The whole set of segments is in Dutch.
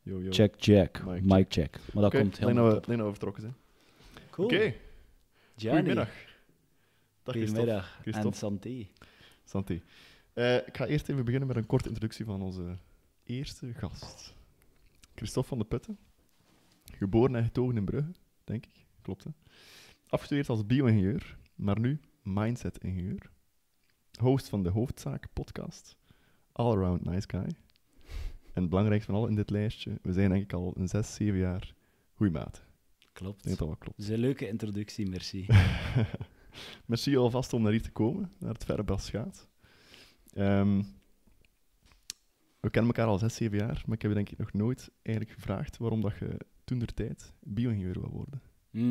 Yo, yo. Check. Mic Mic check. Maar dat komt helemaal Ik top. denk dat we vertrokken zijn. Cool. Oké, Gianni. goedemiddag. Dag Goedemiddag. Christophe. En santé. Santé. Ik ga eerst even beginnen met een korte introductie van onze eerste gast. Christophe van de Putten. Geboren en getogen in Brugge, denk ik. Klopt, hè? Afgestudeerd als bio-ingenieur, maar nu mindset-ingenieur. Host van de Hoofdzaak podcast. All around nice guy. En het belangrijkste van al in dit lijstje, we zijn denk ik al een 6, 7 jaar goeie maat. Klopt. Ik denk dat dat wel klopt. Dat is een leuke introductie, merci. Merci alvast om naar hier te komen, naar het verre Basgaat. We kennen elkaar al 6, 7 jaar, maar ik heb je denk ik nog nooit eigenlijk gevraagd waarom dat je toentertijd bio-ingenieur wil worden.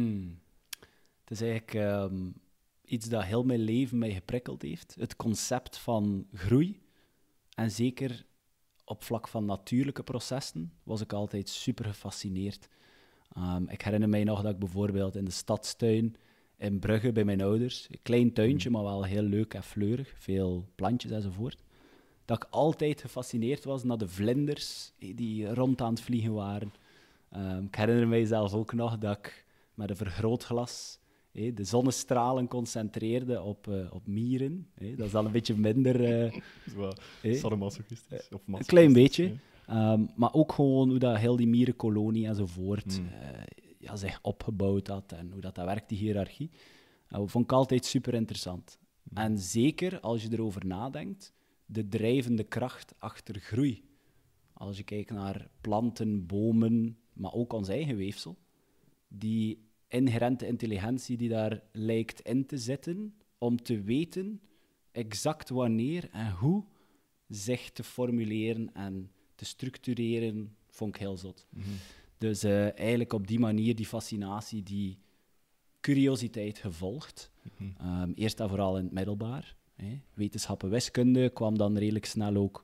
Het is eigenlijk iets dat heel mijn leven mij geprikkeld heeft. Het concept van groei. En zeker op vlak van natuurlijke processen was ik altijd super gefascineerd. Ik herinner mij nog dat ik bijvoorbeeld in de stadstuin in Brugge bij mijn ouders, een klein tuintje, maar wel heel leuk en fleurig, veel plantjes enzovoort, dat ik altijd gefascineerd was naar de vlinders die rond aan het vliegen waren. Ik herinner mij zelf ook nog dat ik met een vergrootglas de zonnestralen concentreerde op mieren. Dat is dan een beetje minder... Sadomasochistisch. Of een klein beetje. Maar ook gewoon hoe dat heel die mierenkolonie enzovoort zich opgebouwd had en hoe dat werkt, die hiërarchie. Vond ik altijd super interessant. En zeker als je erover nadenkt, de drijvende kracht achter groei. Als je kijkt naar planten, bomen, maar ook ons eigen weefsel, die inherente intelligentie die daar lijkt in te zitten, om te weten exact wanneer en hoe zich te formuleren en te structureren, vond ik heel zot. Dus eigenlijk op die manier die fascinatie, die curiositeit gevolgd. Eerst en vooral in het middelbaar. Wetenschappen, wiskunde kwam dan redelijk snel ook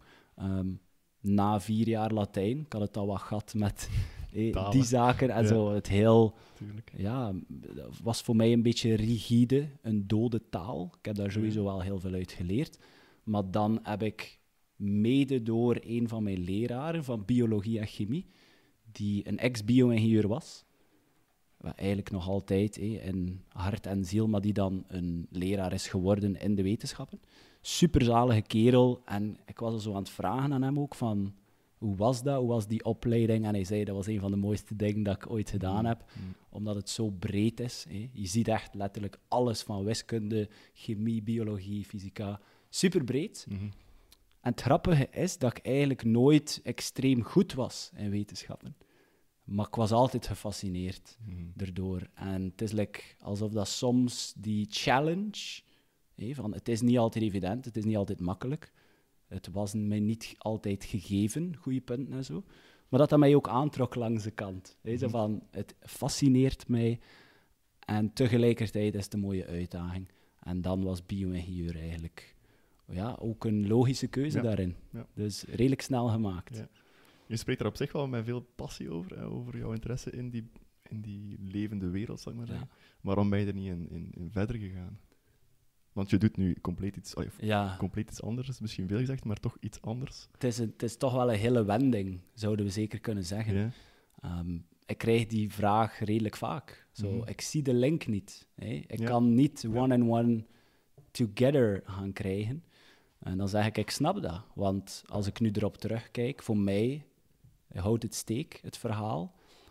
na 4 jaar Latijn. Ik had het al wat gehad met die zaken en zo. Het heel... Tuurlijk. Ja, was voor mij een beetje rigide, een dode taal. Ik heb daar sowieso wel heel veel uit geleerd. Maar dan heb ik mede door een van mijn leraren van biologie en chemie, die een ex-bio-ingenieur was, wat eigenlijk nog altijd in hart en ziel, maar die dan een leraar is geworden in de wetenschappen. Superzalige kerel. En ik was er zo aan het vragen aan hem ook van, hoe was dat? Hoe was die opleiding? En hij zei, dat was een van de mooiste dingen dat ik ooit gedaan heb, omdat het zo breed is. Je ziet echt letterlijk alles van wiskunde, chemie, biologie, fysica. Superbreed. En het grappige is dat ik eigenlijk nooit extreem goed was in wetenschappen. Maar ik was altijd gefascineerd erdoor. En het is alsof dat soms die challenge, van het is niet altijd evident, het is niet altijd makkelijk. Het was mij niet altijd gegeven, goede punten en zo. Maar dat mij ook aantrok langs de kant. Zo van, het fascineert mij en tegelijkertijd is het een mooie uitdaging. En dan was bio-ingenieur eigenlijk ook een logische keuze daarin. Ja. Dus redelijk snel gemaakt. Ja. Je spreekt er op zich wel met veel passie over, over jouw interesse in die levende wereld, zal ik maar zeggen. Waarom ben je er niet in verder gegaan? Want je doet nu compleet iets anders, is misschien veel gezegd, maar toch iets anders. Het is toch wel een hele wending, zouden we zeker kunnen zeggen. Ja. Ik krijg die vraag redelijk vaak. Ik zie de link niet. Ik kan niet one-on-one together gaan krijgen. En dan zeg ik snap dat. Want als ik nu erop terugkijk, voor mij houdt het steek, het verhaal.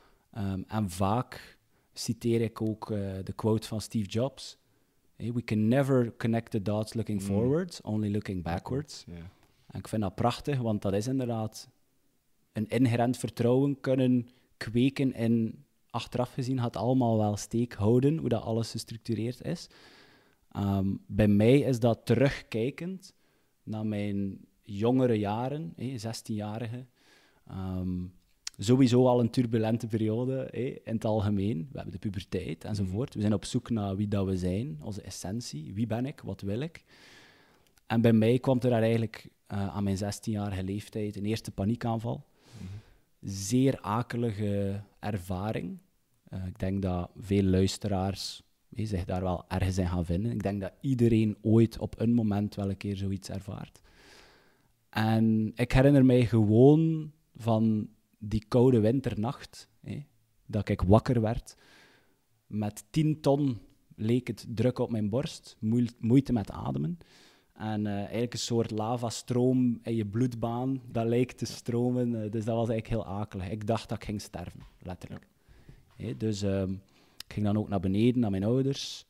En vaak citeer ik ook de quote van Steve Jobs. We can never connect the dots looking forwards, only looking backwards. En ik vind dat prachtig, want dat is inderdaad een inherent vertrouwen kunnen kweken in, achteraf gezien, gaat allemaal wel steek houden, hoe dat alles gestructureerd is. Bij mij is dat terugkijkend naar mijn jongere jaren, 16-jarige. Sowieso al een turbulente periode in het algemeen. We hebben de puberteit enzovoort. We zijn op zoek naar wie dat we zijn, onze essentie. Wie ben ik? Wat wil ik? En bij mij kwam er daar eigenlijk aan mijn 16-jarige leeftijd een eerste paniekaanval. Zeer akelige ervaring. Ik denk dat veel luisteraars zich daar wel ergens in gaan vinden. Ik denk dat iedereen ooit op een moment wel een keer zoiets ervaart. En ik herinner mij gewoon van die koude winternacht, dat ik wakker werd, met 10 ton leek het druk op mijn borst, moeite met ademen. En eigenlijk een soort lavastroom in je bloedbaan, dat leek te stromen. Dus dat was eigenlijk heel akelig. Ik dacht dat ik ging sterven, letterlijk. Dus ik ging dan ook naar beneden, naar mijn ouders.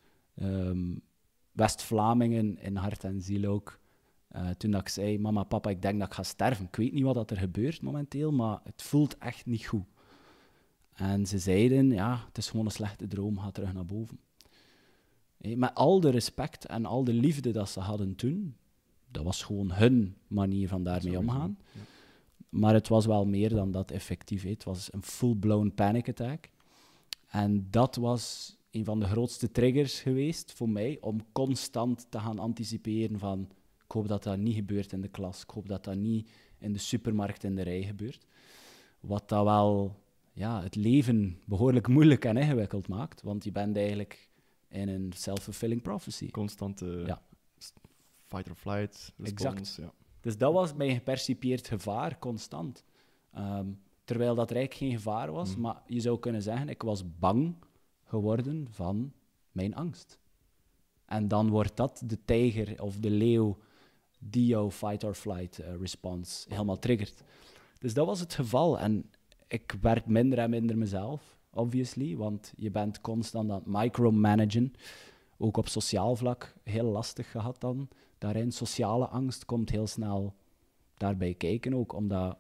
West-Vlamingen in hart en ziel ook. Toen dat ik zei, mama, papa, ik denk dat ik ga sterven. Ik weet niet wat er gebeurt momenteel, maar het voelt echt niet goed. En ze zeiden, ja, het is gewoon een slechte droom, ga terug naar boven. Met al de respect en al de liefde dat ze hadden toen, dat was gewoon hun manier van daarmee omgaan. Ja. Maar het was wel meer dan dat effectief. Het was een full-blown panic attack. En dat was een van de grootste triggers geweest voor mij, om constant te gaan anticiperen van, ik hoop dat dat niet gebeurt in de klas, ik hoop dat dat niet in de supermarkt in de rij gebeurt. Wat dat wel het leven behoorlijk moeilijk en ingewikkeld maakt, want je bent eigenlijk in een self-fulfilling prophecy. Constante fight or flight response. Exact. Ja. Dus dat was mijn gepercipieerd gevaar, constant. Terwijl dat er eigenlijk geen gevaar was, maar je zou kunnen zeggen, ik was bang geworden van mijn angst. En dan wordt dat de tijger of de leeuw die jouw fight or flight response helemaal triggert. Dus dat was het geval. En ik werd minder en minder mezelf, obviously, want je bent constant aan het micromanagen. Ook op sociaal vlak heel lastig gehad dan. Daarin sociale angst komt heel snel daarbij kijken ook, omdat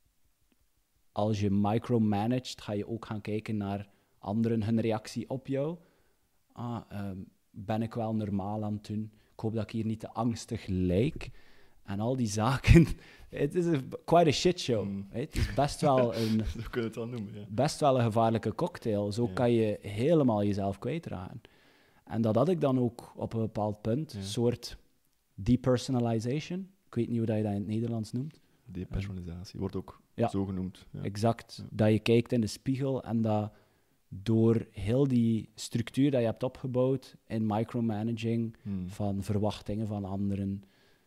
als je micromanagt, ga je ook gaan kijken naar anderen, hun reactie op jou. Ben ik wel normaal aan het doen? Ik hoop dat ik hier niet te angstig lijk. En al die zaken. Het is quite a shit show. Het is best wel een, zo kun je het wel noemen, ja. Best wel een gevaarlijke cocktail. Zo kan je helemaal jezelf kwijtraken. En dat had ik dan ook op een bepaald punt. Een soort depersonalization. Ik weet niet hoe dat je dat in het Nederlands noemt. Depersonalisatie wordt ook zo genoemd. Ja. Exact. Ja. Dat je kijkt in de spiegel en dat door heel die structuur dat je hebt opgebouwd in micromanaging van verwachtingen van anderen,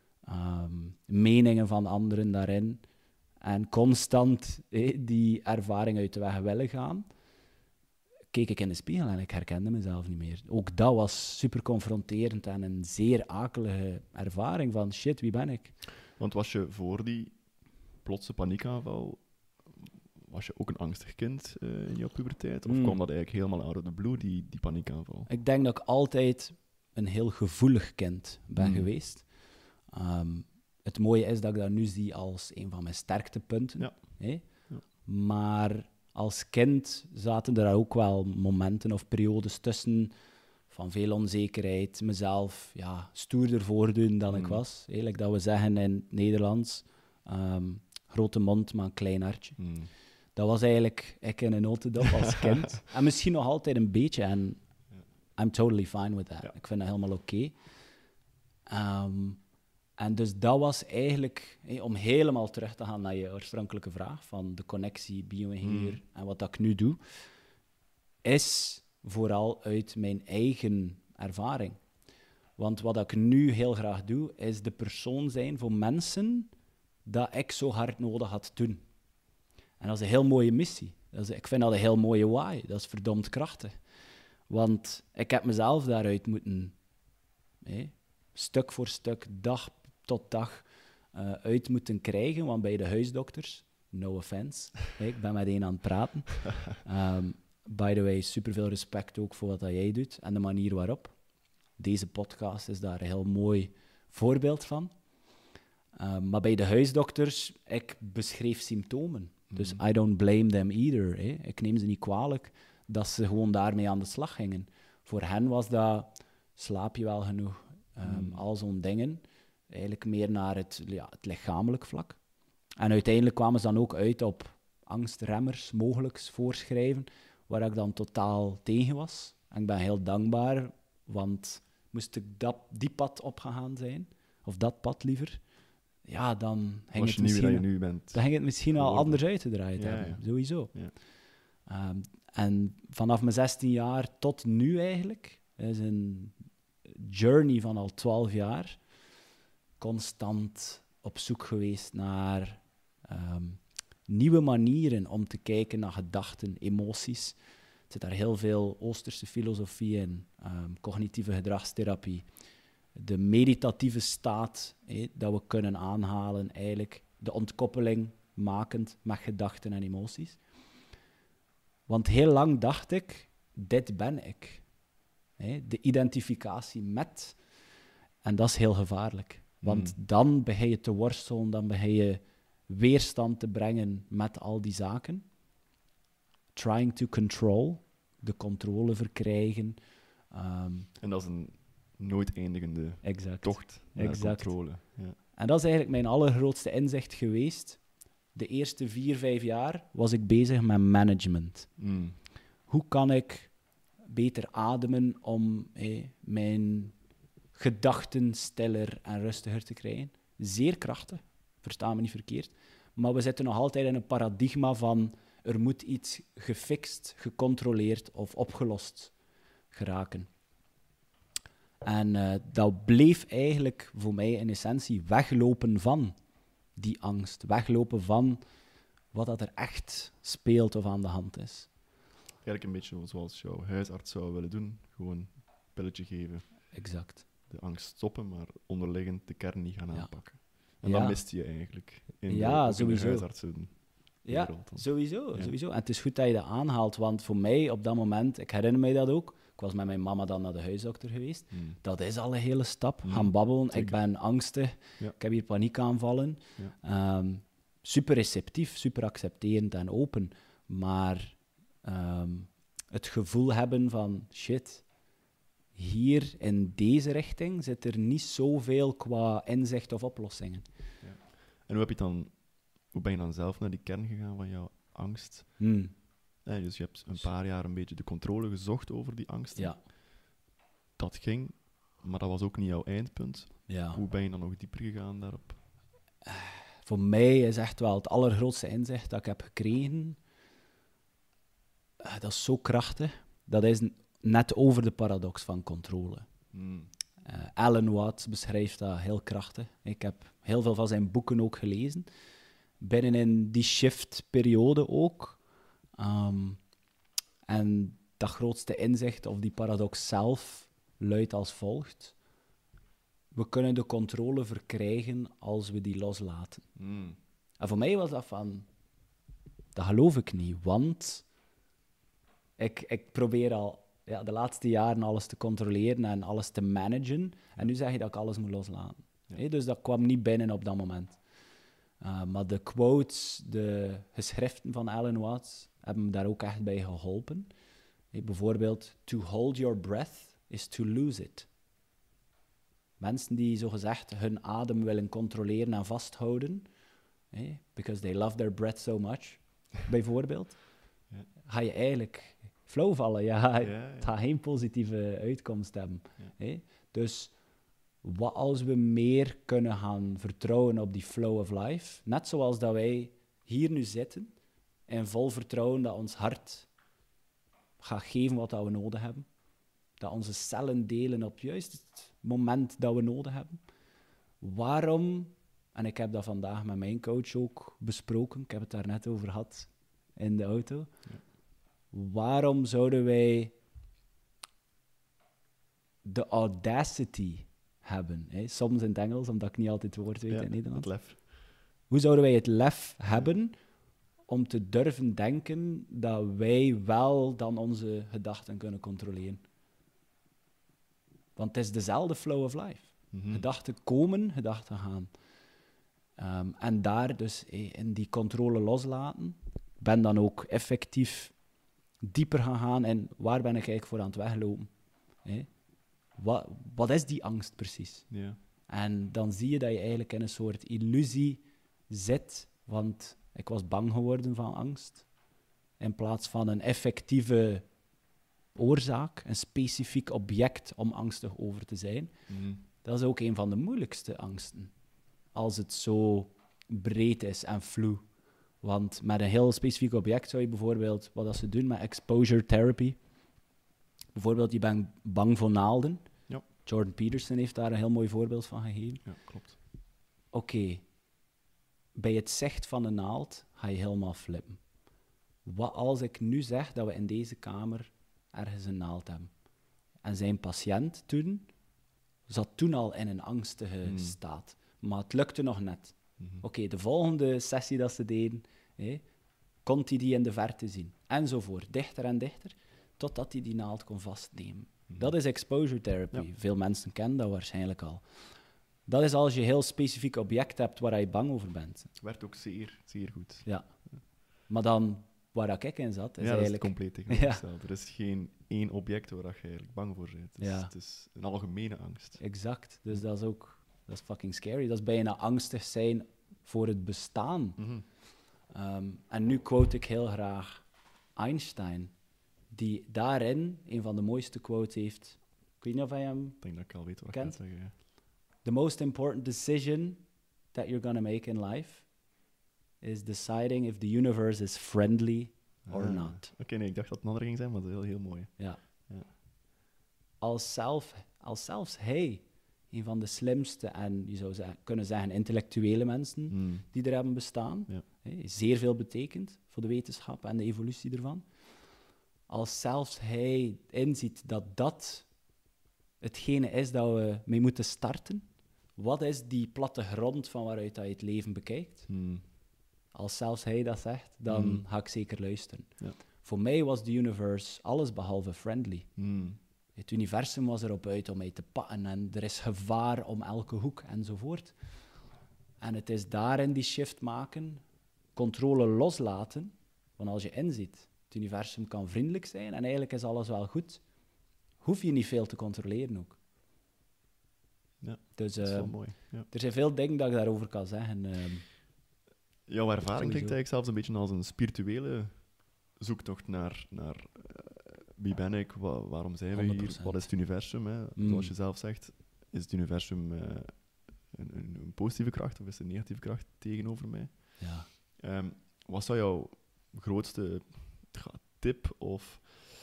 meningen van anderen daarin, en constant die ervaring uit de weg willen gaan, keek ik in de spiegel en ik herkende mezelf niet meer. Ook dat was super confronterend en een zeer akelige ervaring van shit, wie ben ik? Want was je voor die plotse paniekaanval, was je ook een angstig kind in jouw puberteit? Of kwam dat eigenlijk helemaal out of the blue, die paniekaanval? Ik denk dat ik altijd een heel gevoelig kind ben geweest. Het mooie is dat ik dat nu zie als een van mijn sterktepunten. Ja. Ja. Maar als kind zaten er ook wel momenten of periodes tussen van veel onzekerheid, mezelf stoerder voordoen dan ik was. Eigenlijk dat we zeggen in het Nederlands, grote mond, maar een klein hartje. Dat was eigenlijk ik in een notendop als kind. En misschien nog altijd een beetje. En I'm totally fine with that. Ja. Ik vind dat helemaal oké. En dus dat was eigenlijk, om helemaal terug te gaan naar je oorspronkelijke vraag van de connectie bio-ingenieur en wat dat ik nu doe, is vooral uit mijn eigen ervaring. Want wat ik nu heel graag doe, is de persoon zijn voor mensen dat ik zo hard nodig had toen. En dat is een heel mooie missie. Ik vind dat een heel mooie why. Dat is verdomd krachtig. Want ik heb mezelf daaruit moeten, stuk voor stuk, dag tot dag, uit moeten krijgen. Want bij de huisdokters, no offense, ik ben met één aan het praten. By the way, superveel respect ook voor wat dat jij doet en de manier waarop. Deze podcast is daar een heel mooi voorbeeld van. Maar bij de huisdokters, ik beschreef symptomen. Dus I don't blame them either. Ik neem ze niet kwalijk dat ze gewoon daarmee aan de slag gingen. Voor hen was dat, slaap je wel genoeg? Al zo'n dingen. Eigenlijk meer naar het lichamelijk vlak. En uiteindelijk kwamen ze dan ook uit op angstremmers, mogelijks voorschrijven, waar ik dan totaal tegen was. En ik ben heel dankbaar, want moest ik die pad opgegaan zijn, of dat pad liever, dan ging het misschien, je nu bent. Dan ging het misschien al anders uitgedraaid hebben, sowieso. Ja. En vanaf mijn 16 jaar tot nu eigenlijk, is een journey van al 12 jaar, constant op zoek geweest naar nieuwe manieren om te kijken naar gedachten, emoties. Er zit daar heel veel Oosterse filosofie in, cognitieve gedragstherapie, de meditatieve staat, dat we kunnen aanhalen, eigenlijk de ontkoppeling makend met gedachten en emoties. Want heel lang dacht ik, dit ben ik. De identificatie met. En dat is heel gevaarlijk. Want dan begin je te worstelen, dan begin je weerstand te brengen met al die zaken. Trying to control, de controle verkrijgen. En dat is een nooit eindigende tocht naar controle. Ja. En dat is eigenlijk mijn allergrootste inzicht geweest. De eerste 4-5 jaar was ik bezig met management. Hoe kan ik beter ademen om mijn gedachten stiller en rustiger te krijgen? Zeer krachtig, versta me niet verkeerd. Maar we zitten nog altijd in een paradigma van er moet iets gefixt, gecontroleerd of opgelost geraken. En dat bleef eigenlijk voor mij in essentie weglopen van die angst. Weglopen van wat dat er echt speelt of aan de hand is. Eigenlijk een beetje zoals jouw huisarts zou willen doen. Gewoon een pilletje geven. Exact. De angst stoppen, maar onderliggend de kern niet gaan aanpakken. En Ja. dan mist je eigenlijk in Sowieso. de huisartsen. Ja, wereld dan. sowieso, Ja. sowieso. En het is goed dat je dat aanhaalt, want voor mij op dat moment, ik herinner mij dat ook, ik was met mijn mama dan naar de huisdokter geweest, dat is al een hele stap. Gaan babbelen, zeker. ik ben angstig, Ja. ik heb hier paniekaanvallen. Super receptief, super accepterend en open, maar het gevoel hebben van, shit, hier in deze richting zit er niet zoveel qua inzicht of oplossingen. En hoe ben je dan zelf naar die kern gegaan van jouw angst? Dus je hebt een paar jaar een beetje de controle gezocht over die angst. Ja. Dat ging, maar dat was ook niet jouw eindpunt. Ja. Hoe ben je dan nog dieper gegaan daarop? Voor mij is echt wel het allergrootste inzicht dat ik heb gekregen. Dat is zo krachtig. Dat is net over de paradox van controle. Alan Watts beschrijft dat heel krachtig. Ik heb heel veel van zijn boeken ook gelezen. Binnenin die shift-periode ook. En dat grootste inzicht, of die paradox zelf, luidt als volgt. We kunnen de controle verkrijgen als we die loslaten. En voor mij was dat van... Dat geloof ik niet, want... Ik probeer al de laatste jaren alles te controleren en alles te managen. En nu zeg je dat ik alles moet loslaten. Ja. Dus dat kwam niet binnen op dat moment. Maar de quotes, de geschriften van Alan Watts hebben me daar ook echt bij geholpen. Bijvoorbeeld, to hold your breath is to lose it. Mensen die zogezegd hun adem willen controleren en vasthouden, because they love their breath so much, bijvoorbeeld, ga je eigenlijk flauw vallen. Het gaat geen positieve uitkomst hebben. Dus wat als we meer kunnen gaan vertrouwen op die flow of life, net zoals dat wij hier nu zitten, en vol vertrouwen dat ons hart gaat geven wat dat we nodig hebben, dat onze cellen delen op juist het moment dat we nodig hebben. Waarom, en ik heb dat vandaag met mijn coach ook besproken, ik heb het daar net over gehad in de auto, waarom zouden wij de audacity hebben, soms in het Engels, omdat ik niet altijd het woord weet in het Nederlands. Het lef. Hoe zouden wij het lef hebben om te durven denken dat wij wel dan onze gedachten kunnen controleren? Want het is dezelfde flow of life. Gedachten komen, gedachten gaan. En daar dus in die controle loslaten, ben dan ook effectief dieper gaan gaan en waar ben ik eigenlijk voor aan het weglopen? Wat is die angst precies? Ja. En dan zie je dat je eigenlijk in een soort illusie zit, want ik was bang geworden van angst, in plaats van een effectieve oorzaak, een specifiek object om angstig over te zijn. Dat is ook een van de moeilijkste angsten, als het zo breed is en vloe. Want met een heel specifiek object zou je bijvoorbeeld, wat dat ze doen met exposure therapy, bijvoorbeeld je bent bang voor naalden. Ja. Jordan Peterson heeft daar een heel mooi voorbeeld van gegeven. Ja, klopt. Oké, bij het zicht van een naald ga je helemaal flippen. Wat als ik nu zeg dat we in deze kamer ergens een naald hebben? En zijn patiënt toen zat toen al in een angstige staat. Maar het lukte nog net. Oké, de volgende sessie dat ze deden, kon hij die in de verte zien. Enzovoort, dichter en dichter, totdat hij die naald kon vastnemen. Dat is exposure therapy. Ja. Veel mensen kennen dat waarschijnlijk al. Dat is als je een heel specifiek object hebt waar je bang over bent. Het werkt ook zeer, zeer goed. Ja. Maar dan, waar ik in zat, is Ja, dat is het eigenlijk... compleet tegenovergestelde. Er is geen één object waar je eigenlijk bang voor bent. Het is een algemene angst. Exact. Dus dat is fucking scary. Dat is bijna angstig zijn voor het bestaan. En nu quote ik heel graag Einstein, die daarin een van de mooiste quotes heeft. Ik weet niet of hij hem Ik denk dat ik al weet wat ik kent. ga zeggen. Ja. The most important decision that you're going to make in life is deciding if the universe is friendly or not. Oké, nee, ik dacht dat het een ander ging zijn, maar dat is heel mooi. Ja. Ja. Als zelfs hij, een van de slimste en je zou kunnen zeggen intellectuele mensen die er hebben bestaan, zeer veel betekent voor de wetenschap en de evolutie ervan. Als zelfs hij inziet dat dat hetgene is dat we mee moeten starten, wat is die platte grond van waaruit dat je het leven bekijkt? Als zelfs hij dat zegt, dan ga ik zeker luisteren. Ja. Voor mij was de universe alles behalve friendly. Het universum was erop uit om mij te pakken en er is gevaar om elke hoek enzovoort. En het is daarin die shift maken, controle loslaten, want als je inziet, het universum kan vriendelijk zijn en eigenlijk is alles wel goed, hoef je niet veel te controleren ook. Ja, dus, dat is wel mooi. Ja. Er zijn veel dingen dat ik daarover kan zeggen. Jouw ervaring Sowieso. klinkt eigenlijk zelfs een beetje als een spirituele zoektocht naar wie ben ik, waarom zijn we hier, 100%. wat is het universum? Hè? Zoals je zelf zegt, is het universum een positieve kracht of is het een negatieve kracht tegenover mij? Ja. Wat zou jouw grootste tip of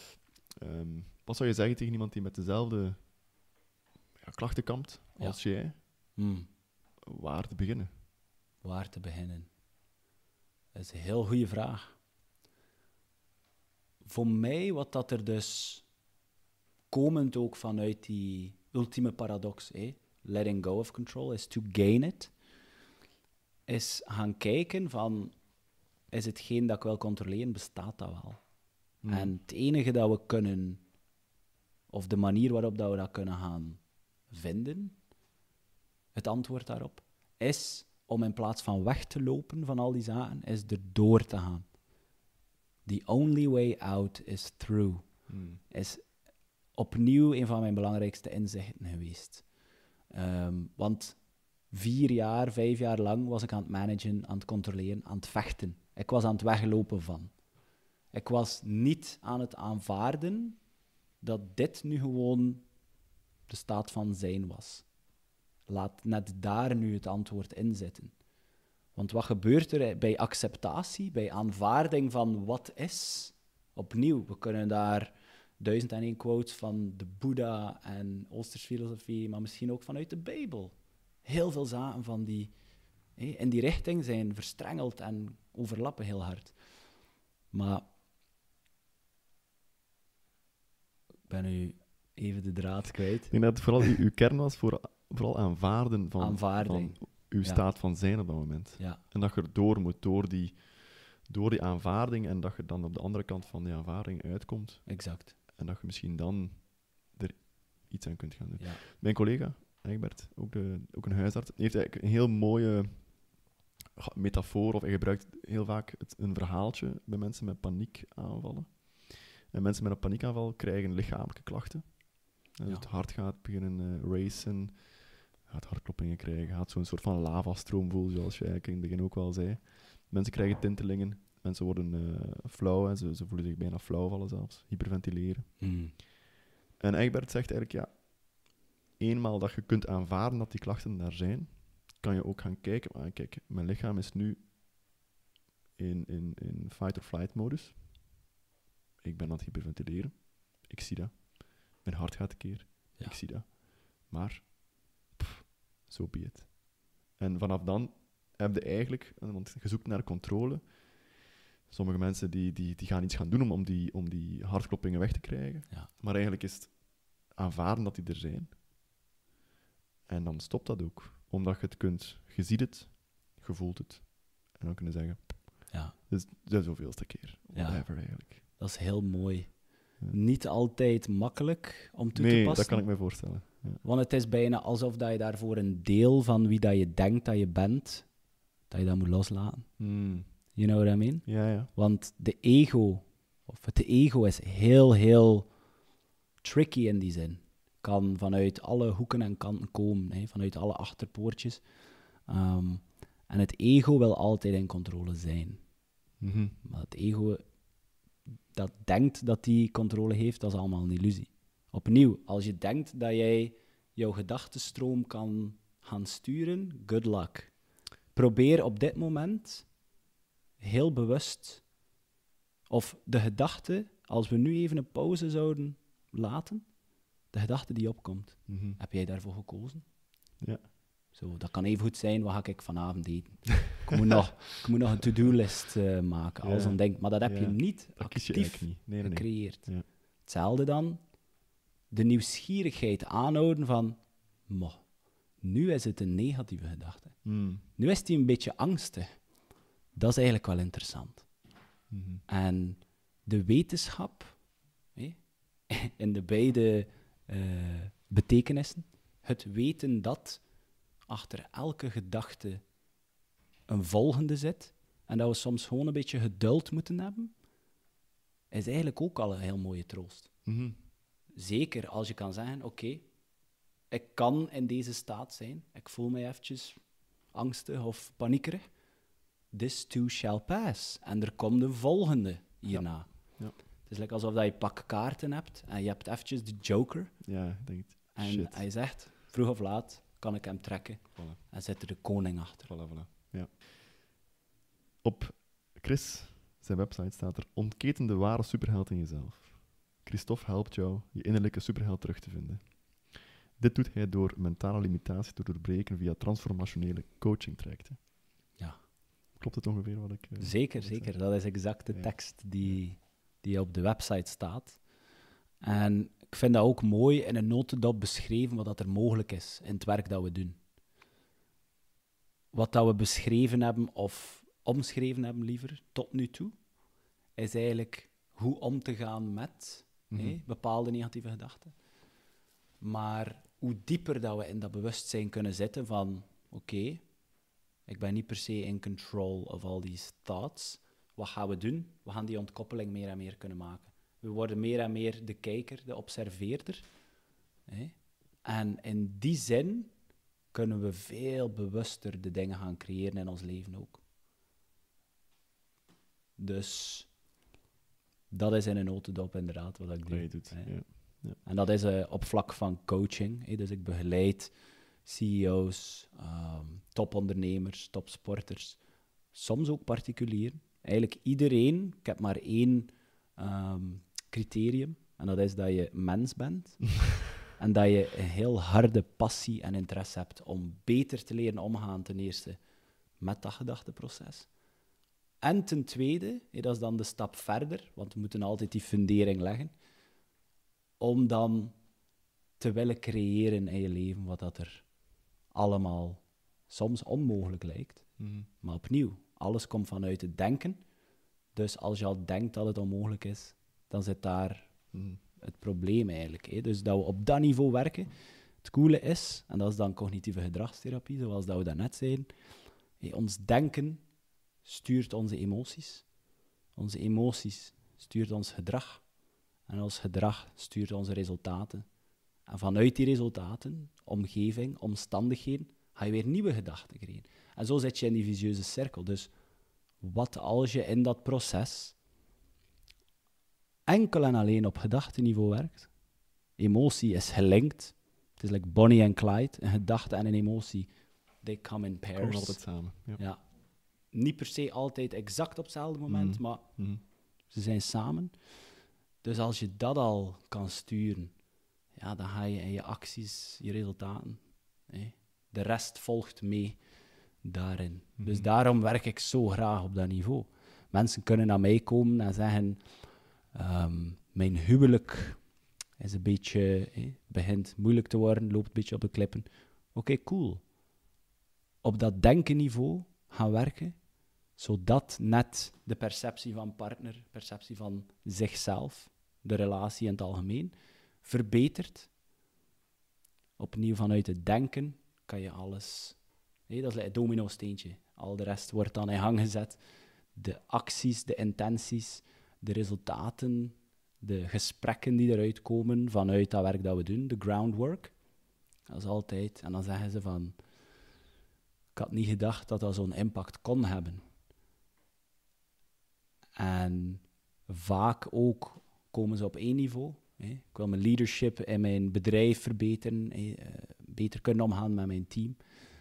wat zou je zeggen tegen iemand die met dezelfde klachten kampt als jij? Waar te beginnen? Waar te beginnen? Dat is een heel goede vraag. Voor mij, wat dat er dus komend ook vanuit die ultieme paradox, letting go of control, is to gain it, is gaan kijken van, is hetgeen dat ik wil controleren, bestaat dat wel? En het enige dat we kunnen, of de manier waarop dat we dat kunnen gaan vinden, het antwoord daarop, is om in plaats van weg te lopen van al die zaken, is er door te gaan. The only way out is through. Is opnieuw een van mijn belangrijkste inzichten geweest. Want 4 jaar, 5 jaar lang was ik aan het managen, aan het controleren, aan het vechten. Ik was aan het weglopen van. Ik was niet aan het aanvaarden dat dit nu gewoon de staat van zijn was. Laat net daar nu het antwoord in zitten. Want wat gebeurt er bij acceptatie, bij aanvaarding van wat is? Opnieuw, we kunnen daar 1001 quotes van de Boeddha en Oosterse filosofie, maar misschien ook vanuit de Bijbel. Heel veel zaken van die in die richting zijn verstrengeld en overlappen heel hard. Maar ik ben nu even de draad kwijt. Ik denk dat het vooral uw kern was vooral aanvaarden van uw staat van zijn op dat moment. Ja. En dat je erdoor moet, door die aanvaarding, en dat je dan op de andere kant van die aanvaarding uitkomt. Exact. En dat je misschien dan er iets aan kunt gaan doen. Ja. Mijn collega, Egbert, ook een huisarts, heeft eigenlijk een heel mooie metafoor, of hij gebruikt heel vaak een verhaaltje bij mensen met paniekaanvallen. En mensen met een paniekaanval krijgen lichamelijke klachten. Dus het hart gaat beginnen racen, gaat hartkloppingen krijgen, gaat zo'n soort van lavastroom voelen, zoals je eigenlijk in het begin ook wel zei. Mensen krijgen tintelingen, mensen worden flauw, en ze voelen zich bijna flauw vallen zelfs, hyperventileren. En Egbert zegt eigenlijk, eenmaal dat je kunt aanvaarden dat die klachten daar zijn, kan je ook gaan kijken, kijk, mijn lichaam is nu in fight-or-flight modus. Ik ben aan het hyperventileren. Ik zie dat. Mijn hart gaat een keer. Ja. Ik zie dat. Maar, so be it. En vanaf dan heb je eigenlijk, want je zoekt naar controle, Sommige mensen die gaan iets gaan doen om die hartkloppingen weg te krijgen. Ja. Maar eigenlijk is het aanvaarden dat die er zijn. En dan stopt dat ook. Omdat je het je ziet het, je voelt het. En dan kunnen zeggen, Ja. dit is de zoveelste keer. Ja. Whatever eigenlijk. Dat is heel mooi. Ja. Niet altijd makkelijk om toe te Nee, passen. dat kan ik me voorstellen. Ja. Want het is bijna alsof dat je daarvoor een deel van wie dat je denkt dat je bent, dat je dat moet loslaten. You know what I mean? Ja. Want de ego is heel, heel tricky in die zin. Kan vanuit alle hoeken en kanten komen, hè, vanuit alle achterpoortjes. En het ego wil altijd in controle zijn. Mhm. Maar het ego dat denkt dat die controle heeft, dat is allemaal een illusie. Opnieuw, als je denkt dat jij jouw gedachtenstroom kan gaan sturen, good luck. Probeer op dit moment heel bewust, of de gedachte, als we nu even een pauze zouden laten, de gedachte die opkomt, Mhm. heb jij daarvoor gekozen? Ja. Zo, dat kan even goed zijn, wat ga ik vanavond eten? Ik moet nog een to-do-list maken, als Ja. een denk, maar dat heb je Ja. niet Dat kies je actief eigenlijk niet. Nee. gecreëerd. Ja. Hetzelfde dan, de nieuwsgierigheid aanhouden van, nu is het een negatieve gedachte. Mm. Nu is die een beetje angstig. Dat is eigenlijk wel interessant. Mhm. En de wetenschap, in de beide betekenissen, het weten dat achter elke gedachte een volgende zit, en dat we soms gewoon een beetje geduld moeten hebben, is eigenlijk ook al een heel mooie troost. Mhm. Zeker als je kan zeggen, oké, ik kan in deze staat zijn, ik voel me eventjes angstig of paniekerig. This too shall pass. En er komt een volgende hierna. Ja. Het is like alsof dat je pak kaarten hebt en je hebt eventjes de joker. Ja, ik denk het. En Shit. hij zegt, vroeg of laat kan ik hem trekken. Voilà. En zit er de koning achter. Voilà. Ja. Op Chris, zijn website, staat er: ontketen de ware superheld in jezelf. Christophe helpt jou je innerlijke superheld terug te vinden. Dit doet hij door mentale limitatie te doorbreken via transformationele coaching trajecten. Ja. Klopt het ongeveer wat ik... Zeker, wat ik zeker. zeg? Dat is exact de Ja. tekst die op de website staat. En ik vind dat ook mooi in een notendop beschreven wat dat er mogelijk is in het werk dat we doen. Wat dat we beschreven hebben, of omschreven hebben liever, tot nu toe, is eigenlijk hoe om te gaan met bepaalde negatieve gedachten. Maar hoe dieper dat we in dat bewustzijn kunnen zitten van, oké, ik ben niet per se in control of all these thoughts. Wat gaan we doen? We gaan die ontkoppeling meer en meer kunnen maken. We worden meer en meer de kijker, de observeerder. En in die zin kunnen we veel bewuster de dingen gaan creëren in ons leven ook. Dus dat is in een notendop inderdaad wat ik doe. Wat je doet, ja. Ja. En dat is op vlak van coaching. Dus ik begeleid CEO's, topondernemers, topsporters, soms ook particulieren. Eigenlijk iedereen. Ik heb maar één criterium, en dat is dat je mens bent. En dat je een heel harde passie en interesse hebt om beter te leren omgaan, ten eerste, met dat gedachteproces. En ten tweede, dat is dan de stap verder, want we moeten altijd die fundering leggen, om dan te willen creëren in je leven wat dat er allemaal soms onmogelijk lijkt. Mhm. Maar opnieuw, alles komt vanuit het denken. Dus als je al denkt dat het onmogelijk is, dan zit daar Mhm. het probleem eigenlijk. Dus dat we op dat niveau werken. Het coole is, en dat is dan cognitieve gedragstherapie, zoals dat we daarnet zeiden, ons denken stuurt onze emoties. Onze emoties stuurt ons gedrag. En ons gedrag stuurt onze resultaten. En vanuit die resultaten, omgeving, omstandigheden, ga je weer nieuwe gedachten creëren. En zo zit je in die vicieuze cirkel. Dus wat als je in dat proces enkel en alleen op gedachteniveau werkt? Emotie is gelinkt. Het is like Bonnie en Clyde. Een gedachte en een emotie, they come in pairs. Komen altijd samen. Ja. Ja. Niet per se altijd exact op hetzelfde moment, maar Mhm. ze zijn samen. Dus als je dat al kan sturen, ja, dan ga je in je acties, je resultaten. De rest volgt mee daarin. Dus daarom werk ik zo graag op dat niveau. Mensen kunnen naar mij komen en zeggen, mijn huwelijk is een beetje, begint moeilijk te worden, loopt een beetje op de klippen. Oké, cool. Op dat denkenniveau gaan werken, zodat net de perceptie van partner, perceptie van zichzelf, de relatie in het algemeen, verbetert. Opnieuw vanuit het denken kan je alles... dat is een domino-steentje. Al de rest wordt dan in gang gezet. De acties, de intenties, de resultaten, de gesprekken die eruit komen vanuit dat werk dat we doen, de groundwork. Dat is altijd... En dan zeggen ze van... Ik had niet gedacht dat dat zo'n impact kon hebben. En vaak ook komen ze op één niveau. Ik wil mijn leadership in mijn bedrijf verbeteren, beter kunnen omgaan met mijn team.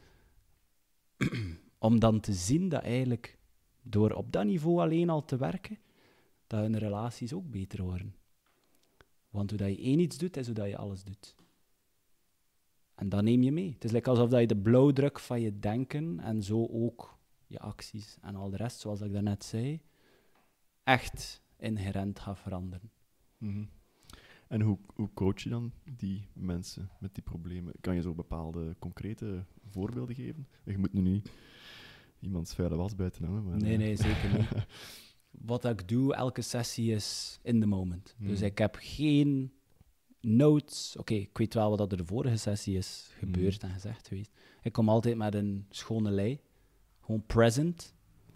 Om dan te zien dat eigenlijk door op dat niveau alleen al te werken, dat hun relaties ook beter worden. Want hoe dat je één iets doet, is hoe dat je alles doet. En dat neem je mee. Het is alsof dat je de blauwdruk van je denken en zo ook je acties en al de rest, zoals ik daarnet zei, echt inherent gaat veranderen. Mm-hmm. En hoe coach je dan die mensen met die problemen? Kan je zo bepaalde concrete voorbeelden geven? Je moet nu niet iemands vuile was buiten hangen. Maar, nee, zeker niet. Wat ik doe, elke sessie is in the moment. Dus ik heb geen notes. Oké, ik weet wel wat er de vorige sessie is gebeurd en gezegd geweest. Ik kom altijd met een schone lei. Gewoon present.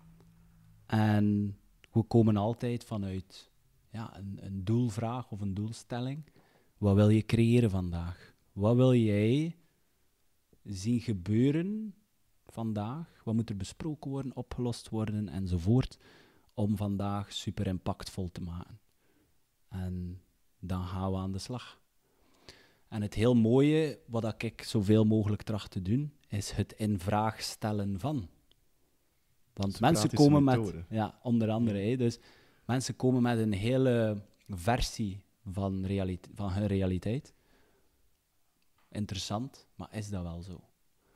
En we komen altijd vanuit een doelvraag of een doelstelling. Wat wil je creëren vandaag? Wat wil jij zien gebeuren vandaag? Wat moet er besproken worden, opgelost worden enzovoort, om vandaag super impactvol te maken? En dan gaan we aan de slag. En het heel mooie, wat ik zoveel mogelijk tracht te doen, is het in vraag stellen van. Want mensen komen methode. Met... onder andere. Dus mensen komen met een hele versie van hun realiteit. Interessant, maar is dat wel zo?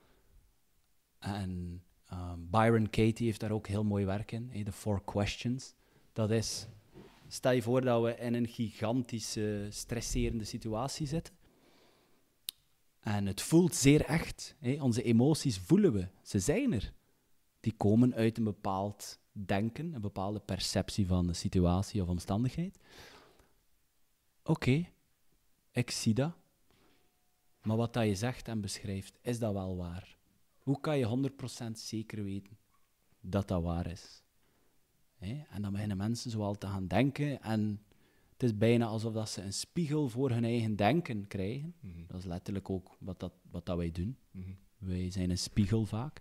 En Byron Katie heeft daar ook heel mooi werk in. The 4 questions. Dat is... Stel je voor dat we in een gigantische, stresserende situatie zitten. En het voelt zeer echt. Onze emoties voelen we. Ze zijn er. Die komen uit een bepaald denken, een bepaalde perceptie van de situatie of omstandigheid. Oké, ik zie dat. Maar wat dat je zegt en beschrijft, is dat wel waar? Hoe kan je 100% zeker weten dat dat waar is? En dan beginnen mensen zo al te gaan denken en het is bijna alsof dat ze een spiegel voor hun eigen denken krijgen. Mm-hmm. Dat is letterlijk ook wat dat wij doen. Mm-hmm. Wij zijn een spiegel vaak.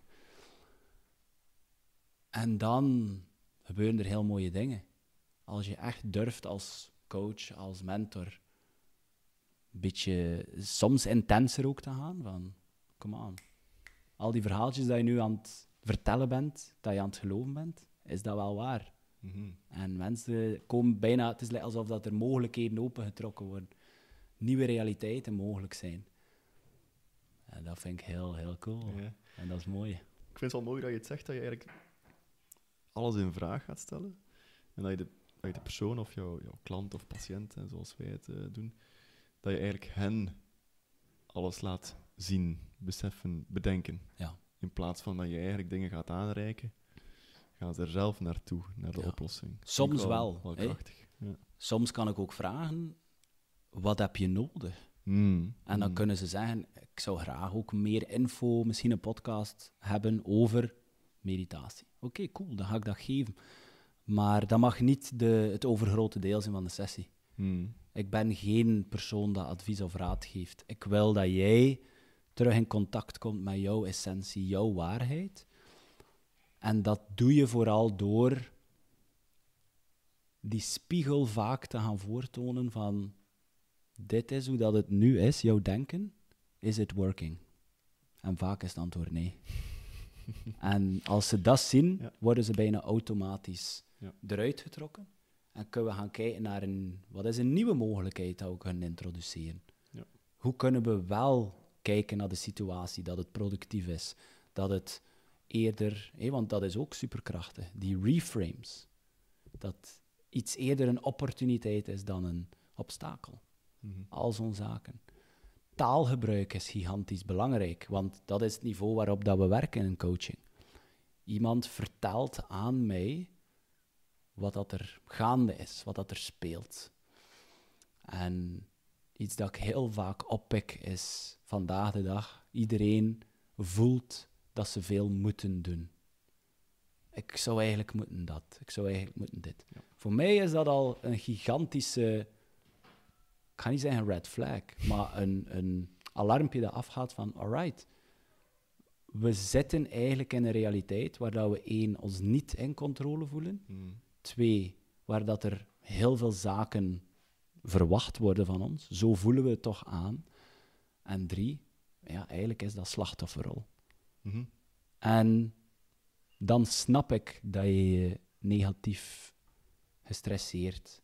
En dan gebeuren er heel mooie dingen. Als je echt durft als coach, als mentor, een beetje soms intenser ook te gaan, van, come on. Al die verhaaltjes dat je nu aan het vertellen bent, dat je aan het geloven bent, is dat wel waar? Mm-hmm. En mensen komen bijna, het is alsof dat er mogelijkheden opengetrokken worden. Nieuwe realiteiten mogelijk zijn. En dat vind ik heel, heel cool. Ja. En dat is mooi. Ik vind het wel mooi dat je het zegt, dat je eigenlijk alles in vraag gaat stellen. En dat je de persoon of jouw klant of patiënt, hè, zoals wij het doen, dat je eigenlijk hen alles laat zien, beseffen, bedenken. Ja. In plaats van dat je eigenlijk dingen gaat aanreiken, gaan ze er zelf naartoe, naar de oplossing. Soms wel. Krachtig. Ja. Soms kan ik ook vragen, wat heb je nodig? En dan kunnen ze zeggen, ik zou graag ook meer info, misschien een podcast hebben over meditatie. Oké, cool, dan ga ik dat geven. Maar dat mag niet het overgrote deel zijn van de sessie. Ik ben geen persoon dat advies of raad geeft. Ik wil dat jij terug in contact komt met jouw essentie, jouw waarheid. En dat doe je vooral door die spiegel vaak te gaan voortonen van dit is hoe dat het nu is, jouw denken. Is it working? En vaak is het antwoord nee. En als ze dat zien, worden ze bijna automatisch eruit getrokken. En kunnen we gaan kijken naar wat is een nieuwe mogelijkheid dat we kunnen introduceren. Ja. Hoe kunnen we wel kijken naar de situatie, dat het productief is, dat het eerder... want dat is ook superkrachtig, die reframes. dat iets eerder een opportuniteit is dan een obstakel. Al zo'n zaken. Taalgebruik is gigantisch belangrijk, want dat is het niveau waarop dat we werken in coaching. Iemand vertelt aan mij wat dat er gaande is, wat dat er speelt. En iets dat ik heel vaak oppik is vandaag de dag, iedereen voelt dat ze veel moeten doen. Ik zou eigenlijk moeten dat, ik zou eigenlijk moeten dit. Ja. Voor mij is dat al een gigantische, ik ga niet zeggen red flag, maar een alarmpje dat afgaat van, alright, we zitten eigenlijk in een realiteit waar dat we 1, ons niet in controle voelen, 2, waar dat er heel veel zaken verwacht worden van ons, zo voelen we het toch aan, en 3, ja, eigenlijk is dat slachtofferrol. En dan snap ik dat je je negatief gestresseerd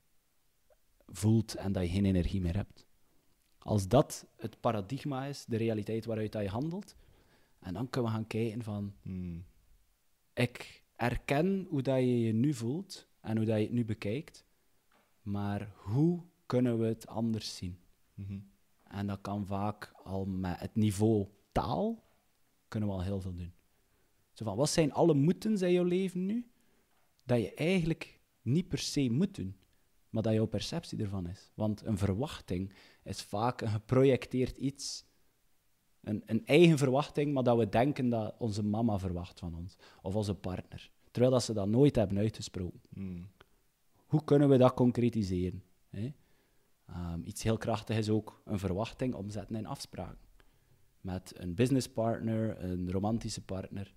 voelt en dat je geen energie meer hebt. Als dat het paradigma is, de realiteit waaruit dat je handelt, en dan kunnen we gaan kijken van, ik erken hoe dat je je nu voelt en hoe dat je het nu bekijkt, maar hoe kunnen we het anders zien? En dat kan vaak al met het niveau taal, kunnen we al heel veel doen. Zo van, wat zijn alle moetens in jouw leven nu, dat je eigenlijk niet per se moet doen, maar dat jouw perceptie ervan is. Want een verwachting is vaak een geprojecteerd iets, een eigen verwachting, maar dat we denken dat onze mama verwacht van ons, of onze partner, terwijl dat ze dat nooit hebben uitgesproken. Hoe kunnen we dat concretiseren? Hè? Iets heel krachtig is ook een verwachting omzetten in afspraken. Met een businesspartner, een romantische partner,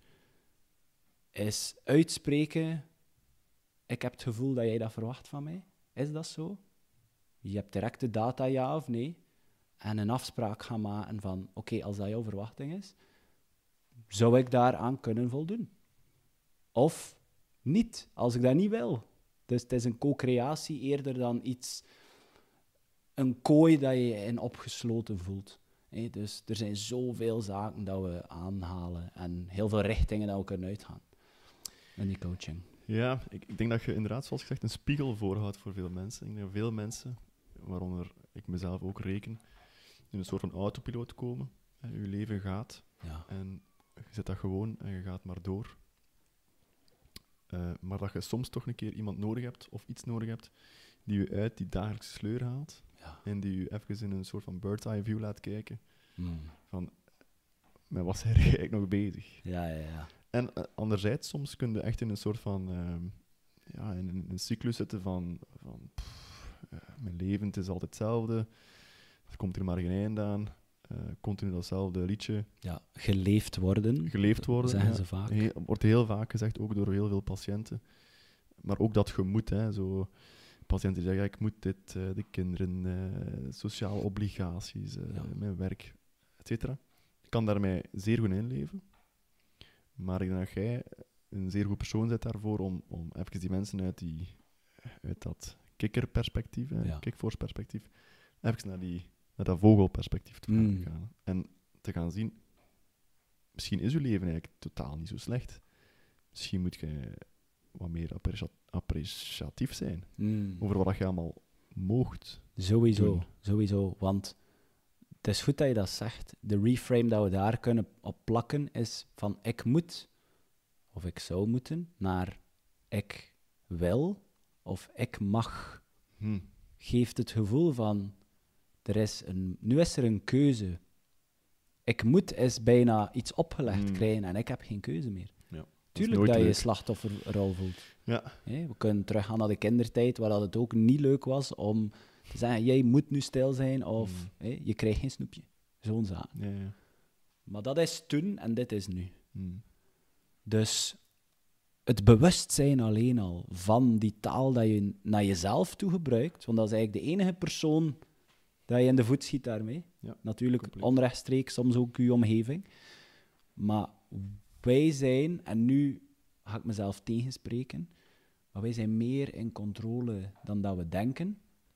is uitspreken, ik heb het gevoel dat jij dat verwacht van mij. Is dat zo? Je hebt directe data, ja of nee? En een afspraak gaan maken van, oké, als dat jouw verwachting is, zou ik daaraan kunnen voldoen? Of niet, als ik dat niet wil. Dus het is een co-creatie eerder dan iets, een kooi dat je in opgesloten voelt. Dus er zijn zoveel zaken dat we aanhalen en heel veel richtingen dat we kunnen uitgaan in die coaching. Ja, ik denk dat je inderdaad, zoals gezegd, een spiegel voorhoudt voor veel mensen. Ik denk dat veel mensen, waaronder ik mezelf ook reken, in een soort van autopiloot komen. Je leven gaat en je zet dat gewoon en je gaat maar door. Maar dat je soms toch een keer iemand nodig hebt of iets nodig hebt die je uit die dagelijkse sleur haalt en die je even in een soort van bird's eye view laat kijken. Van, met wat zijn jij eigenlijk nog bezig? Ja. En anderzijds, soms kun je echt in een soort van in een cyclus zitten van mijn leven, het is altijd hetzelfde. Er komt er maar geen einde aan. Continu datzelfde liedje. Ja, geleefd worden, zeggen ze vaak. Wordt heel vaak gezegd, ook door heel veel patiënten. Maar ook dat gemoed, hè, zo... Patiënten zeggen, ik moet dit, de kinderen, sociale obligaties, mijn werk, et cetera. Ik kan daarmee zeer goed inleven. Maar ik denk dat jij een zeer goed persoon bent daarvoor om even die mensen uit dat kikkerperspectief, kikvorsperspectief, even naar dat vogelperspectief te gaan. En te gaan zien, misschien is uw leven eigenlijk totaal niet zo slecht. Misschien moet je wat meer appreciatief zijn over wat je allemaal moogt doen. Sowieso. Want het is goed dat je dat zegt. De reframe dat we daar kunnen op plakken is van ik moet, of ik zou moeten, naar ik wil, of ik mag. Geeft het gevoel van, nu is er een keuze. Ik moet is bijna iets opgelegd krijgen en ik heb geen keuze meer. Ja. Tuurlijk dat je je slachtofferrol voelt. Ja. We kunnen teruggaan naar de kindertijd, waar dat het ook niet leuk was om te zeggen, jij moet nu stil zijn, of je krijgt geen snoepje. Zo'n zaak. Ja. Maar dat is toen en dit is nu. Dus het bewustzijn alleen al van die taal dat je naar jezelf toe gebruikt, want dat is eigenlijk de enige persoon dat je in de voet schiet daarmee. Ja, natuurlijk compleet. onrechtstreeks, soms ook je omgeving. Maar wij zijn, en nu ga ik mezelf tegenspreken, maar wij zijn meer in controle dan dat we denken.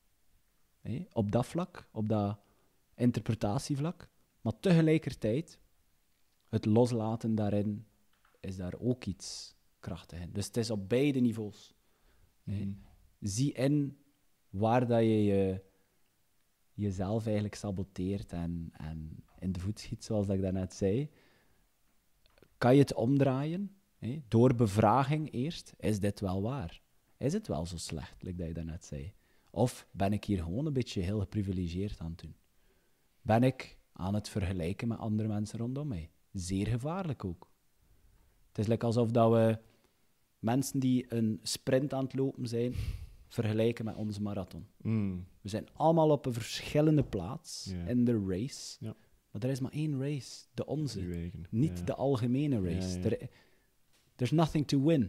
Op dat vlak, op dat interpretatievlak. Maar tegelijkertijd, het loslaten daarin, is daar ook iets krachtig in. Dus het is op beide niveaus. Zie in waar dat je jezelf eigenlijk saboteert en in de voet schiet, zoals dat ik daarnet zei. Kan je het omdraaien? Door bevraging eerst. Is dit wel waar? Is het wel zo slecht, like dat je daarnet zei? Of ben ik hier gewoon een beetje heel geprivilegeerd aan het doen? Ben ik aan het vergelijken met andere mensen rondom mij? Zeer gevaarlijk ook. Het is like alsof dat we mensen die een sprint aan het lopen zijn, vergelijken met onze marathon. We zijn allemaal op een verschillende plaats in de race. Ja. Maar er is maar één race, de onze. Niet de algemene race. There's nothing to win.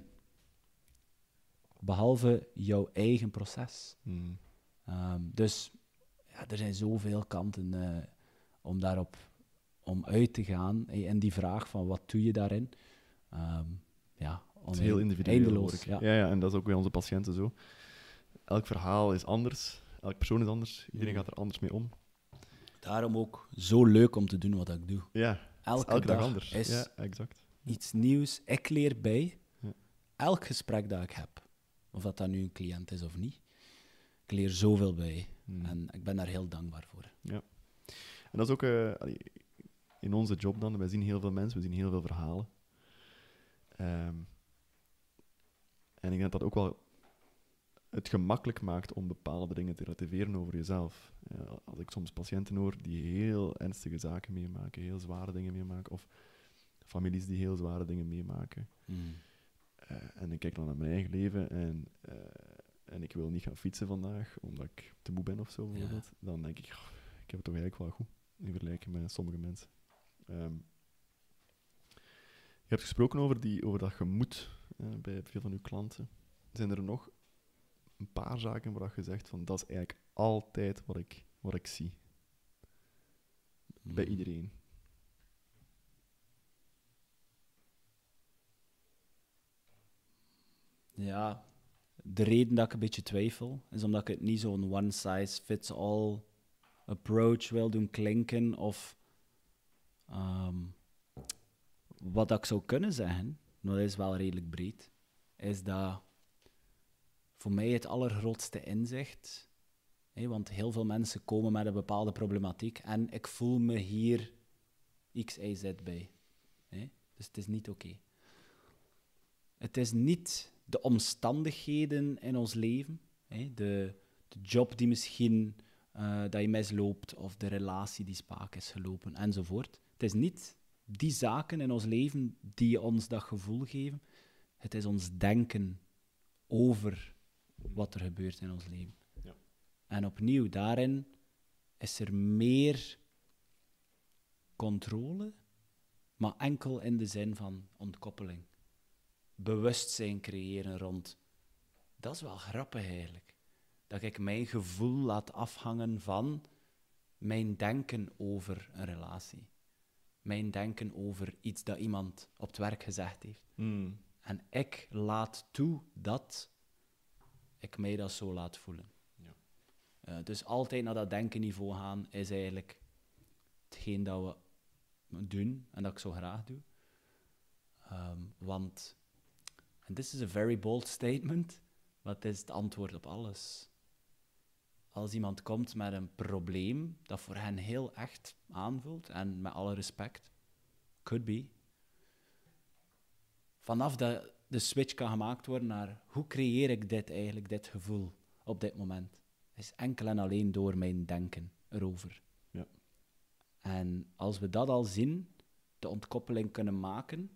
Behalve jouw eigen proces. Dus er zijn zoveel kanten om daarop om uit te gaan. En die vraag van wat doe je daarin? Het is heel individueel. Eindeloos. Ja, en dat is ook bij onze patiënten zo. Elk verhaal is anders. Elk persoon is anders. Iedereen gaat er anders mee om. Daarom ook zo leuk om te doen wat ik doe. Ja, elke dag anders. Is exact. Iets nieuws. Ik leer bij elk gesprek dat ik heb. Of dat nu een cliënt is of niet. Ik leer zoveel bij. En ik ben daar heel dankbaar voor. Ja. En dat is ook in onze job dan. Wij zien heel veel mensen, we zien heel veel verhalen. En ik denk dat dat ook wel het gemakkelijk maakt om bepaalde dingen te relativeren over jezelf. Als ik soms patiënten hoor die heel ernstige zaken meemaken, heel zware dingen meemaken, of families die heel zware dingen meemaken. En ik kijk dan naar mijn eigen leven en ik wil niet gaan fietsen vandaag, omdat ik te moe ben of zo, bijvoorbeeld. Dan denk ik, ik heb het toch eigenlijk wel goed, in vergelijking met sommige mensen. Je hebt gesproken over dat gemoed bij veel van uw klanten. Zijn er nog een paar zaken waar je zegt van dat is eigenlijk altijd wat ik zie? Bij iedereen. Ja, de reden dat ik een beetje twijfel, is omdat ik het niet zo'n one-size-fits-all approach wil doen klinken, of wat ik zou kunnen zeggen, maar dat is wel redelijk breed, is dat voor mij het allergrootste inzicht, want heel veel mensen komen met een bepaalde problematiek en ik voel me hier X, Y, Z bij. Dus het is niet oké. Het is niet de omstandigheden in ons leven, de job die misschien dat je misloopt, of de relatie die spaak is gelopen, enzovoort. Het is niet die zaken in ons leven die ons dat gevoel geven. Het is ons denken over wat er gebeurt in ons leven. Ja. En opnieuw, daarin is er meer controle, maar enkel in de zin van ontkoppeling. Bewustzijn creëren rond. Dat is wel grappig eigenlijk. Dat ik mijn gevoel laat afhangen van mijn denken over een relatie. Mijn denken over iets dat iemand op het werk gezegd heeft. En ik laat toe dat ik mij dat zo laat voelen. Ja. Dus altijd naar dat denkenniveau gaan is eigenlijk hetgeen dat we doen en dat ik zo graag doe. Want, en this is a very bold statement, maar het is het antwoord op alles. Als iemand komt met een probleem dat voor hen heel echt aanvoelt, en met alle respect, could be, vanaf dat de switch kan gemaakt worden naar hoe creëer ik dit gevoel op dit moment, is enkel en alleen door mijn denken erover. Ja. En als we dat al zien, de ontkoppeling kunnen maken,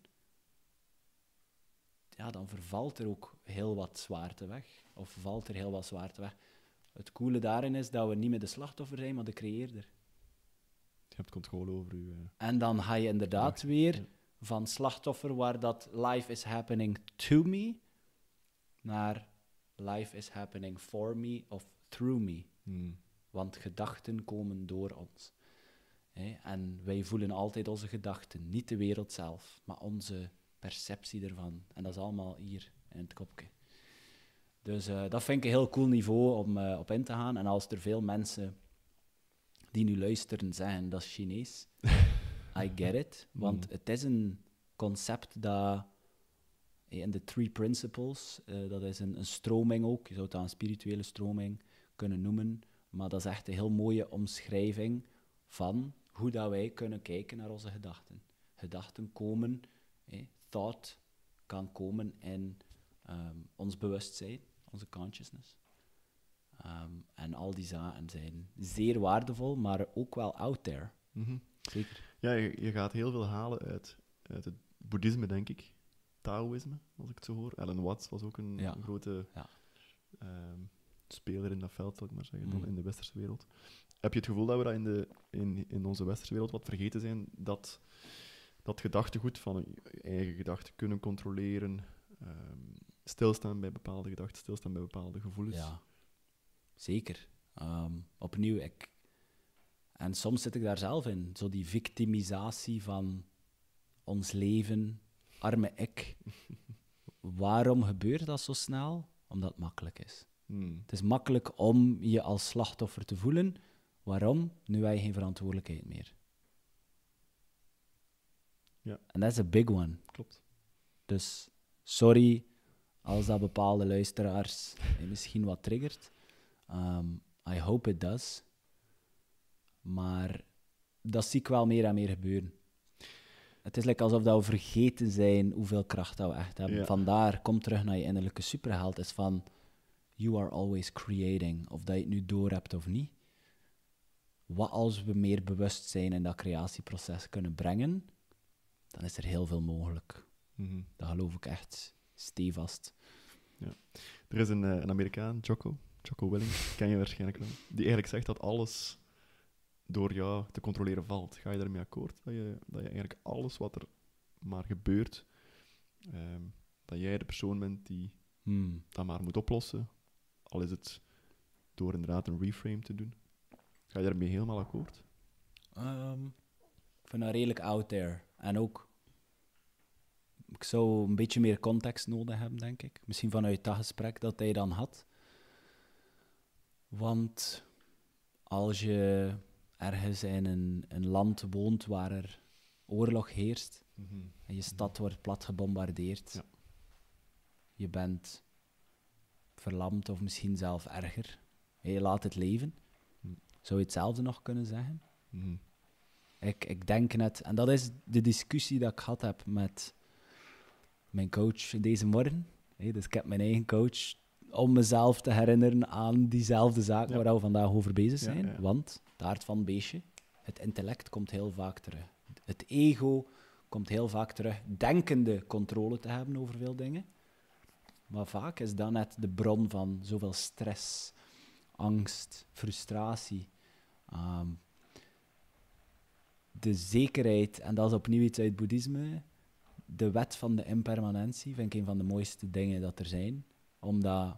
ja, dan vervalt er ook heel wat zwaarte weg. Of valt er heel wat zwaarte weg. Het coole daarin is dat we niet meer de slachtoffer zijn, maar de creëerder. Je hebt controle over je... En dan ga je inderdaad weer van slachtoffer, waar dat life is happening to me, naar life is happening for me of through me. Want gedachten komen door ons. En wij voelen altijd onze gedachten, niet de wereld zelf, maar onze perceptie ervan. En dat is allemaal hier in het kopje. Dus dat vind ik een heel cool niveau om op in te gaan. En als er veel mensen die nu luisteren zeggen, dat is Chinees, I get it. Want het is een concept dat in de Three Principles, dat is een stroming ook, je zou het een spirituele stroming kunnen noemen, maar dat is echt een heel mooie omschrijving van hoe dat wij kunnen kijken naar onze gedachten. Gedachten komen, thought kan komen in ons bewustzijn, onze consciousness. En al die zaken zijn zeer waardevol, maar ook wel out there. Zeker. Ja, je gaat heel veel halen uit het boeddhisme, denk ik. Taoïsme, als ik het zo hoor. Alan Watts was ook een grote speler in dat veld, zal ik maar zeggen, dan in de westerse wereld. Heb je het gevoel dat we dat in onze westerse wereld wat vergeten zijn, dat gedachtegoed van je eigen gedachten kunnen controleren, stilstaan bij bepaalde gedachten, stilstaan bij bepaalde gevoelens? Ja, zeker. Opnieuw, en soms zit ik daar zelf in, zo die victimisatie van ons leven, arme ik. Waarom gebeurt dat zo snel? Omdat het makkelijk is. Het is makkelijk om je als slachtoffer te voelen. Waarom? Nu heb je geen verantwoordelijkheid meer. Ja. En dat is een big one. Klopt. Dus sorry als dat bepaalde luisteraars misschien wat triggert. I hope it does. Maar dat zie ik wel meer en meer gebeuren. Het is alsof dat we vergeten zijn hoeveel kracht dat we echt hebben. Ja. Vandaar, kom terug naar je innerlijke superheld, is van you are always creating. Of dat je het nu door hebt of niet. Wat als we meer bewustzijn in dat creatieproces kunnen brengen, dan is er heel veel mogelijk. Dat geloof ik echt stevast. Ja. Er is een Amerikaan, Jocko Willink, ken je waarschijnlijk wel, die eigenlijk zegt dat alles door jou te controleren valt. Ga je daarmee akkoord? Dat je eigenlijk alles wat er maar gebeurt, dat jij de persoon bent die dat maar moet oplossen, al is het door inderdaad een reframe te doen. Ga je daarmee helemaal akkoord? Ik vind dat redelijk out there. En ook, ik zou een beetje meer context nodig hebben, denk ik. Misschien vanuit dat gesprek dat hij dan had. Want als je ergens in een land woont waar er oorlog heerst, en je stad wordt plat gebombardeerd, je bent verlamd of misschien zelf erger, en je laat het leven, zou je hetzelfde nog kunnen zeggen? Ik denk net, en dat is de discussie dat ik gehad heb met mijn coach deze morgen. Dus ik heb mijn eigen coach om mezelf te herinneren aan diezelfde zaak waar we vandaag over bezig zijn. Ja. Want, het aard van het beestje, het intellect komt heel vaak terug. Het ego komt heel vaak terug, denkende controle te hebben over veel dingen. Maar vaak is dat net de bron van zoveel stress, angst, frustratie. De zekerheid, en dat is opnieuw iets uit het boeddhisme, de wet van de impermanentie vind ik een van de mooiste dingen dat er zijn. Omdat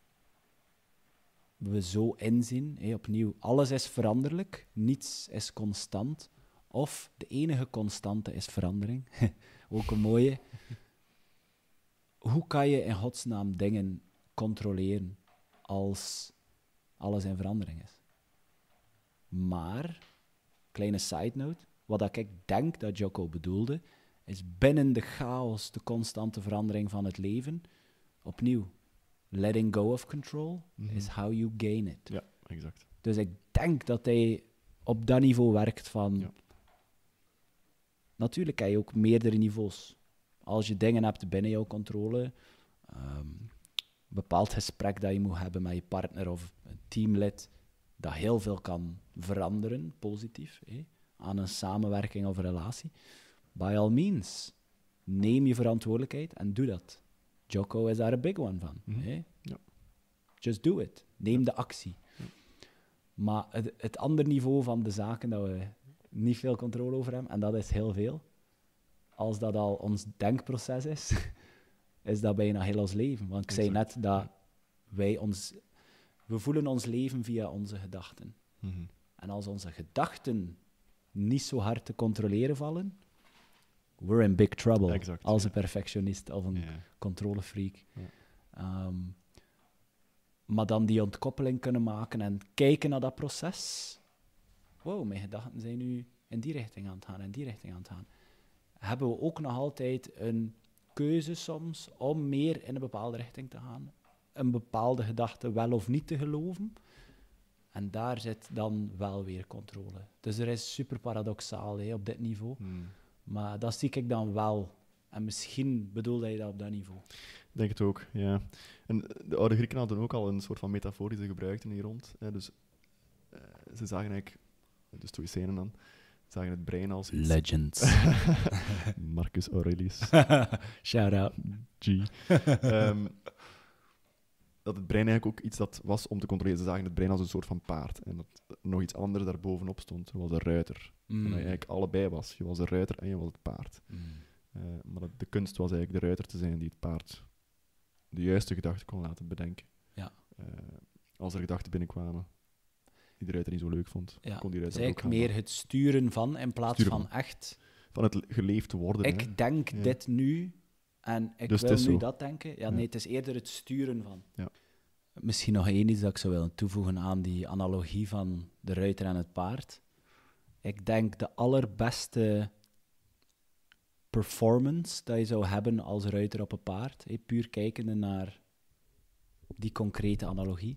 we zo inzien, opnieuw, alles is veranderlijk, niets is constant. Of de enige constante is verandering. Ook een mooie. Hoe kan je in godsnaam dingen controleren als alles in verandering is? Maar, kleine side note, wat ik denk dat Jocko bedoelde, is binnen de chaos, de constante verandering van het leven, opnieuw, letting go of control is how you gain it. Ja, exact. Dus ik denk dat hij op dat niveau werkt van... Ja. Natuurlijk heb je ook meerdere niveaus. Als je dingen hebt binnen jouw controle, een bepaald gesprek dat je moet hebben met je partner of een teamlid, dat heel veel kan veranderen, positief, aan een samenwerking of een relatie. By all means, neem je verantwoordelijkheid en doe dat. Jocko is daar een big one van. Ja. Just do it. Neem de actie. Ja. Maar het andere niveau van de zaken dat we niet veel controle over hebben, en dat is heel veel, als dat al ons denkproces is dat bijna heel ons leven. Want ik zei net dat we voelen ons leven via onze gedachten. En als onze gedachten niet zo hard te controleren vallen, we're in big trouble. Als een perfectionist of een controlefreak. Ja. Maar dan die ontkoppeling kunnen maken en kijken naar dat proces. Wow, mijn gedachten zijn nu in die richting aan het gaan, in die richting aan het gaan. Hebben we ook nog altijd een keuze soms om meer in een bepaalde richting te gaan. Een bepaalde gedachte wel of niet te geloven. En daar zit dan wel weer controle. Dus er is super paradoxaal op dit niveau. Maar dat zie ik dan wel. En misschien bedoelde je dat op dat niveau. Ik denk het ook, ja. En de oude Grieken hadden ook al een soort van metafoor die ze gebruikten hier rond. Hè. Dus ze zagen eigenlijk, de Stoïcijnen dan, zagen het brein als iets... Legends. Marcus Aurelius. Shout-out. G. Dat het brein eigenlijk ook iets dat was om te controleren. Ze zagen het brein als een soort van paard. En dat er nog iets anders daarbovenop stond, zoals een ruiter. En dat je eigenlijk allebei was. Je was een ruiter en je was het paard. Maar de kunst was eigenlijk de ruiter te zijn die het paard de juiste gedachten kon laten bedenken. Ja. Als er gedachten binnenkwamen die de ruiter niet zo leuk vond, Ja. kon die Dus ruiter ook eigenlijk gaan. meer het sturen van, in plaats Sturen van echt... Van het geleefd worden. hè. Ik denk Ja. dit nu en ik Dus wil het is nu zo. dat denken. Ja, Ja. nee, het is eerder het sturen van. Ja. Misschien nog één iets dat ik zou willen toevoegen aan die analogie van de ruiter en het paard. Ik denk de allerbeste performance dat je zou hebben als ruiter op een paard, puur kijkende naar die concrete analogie,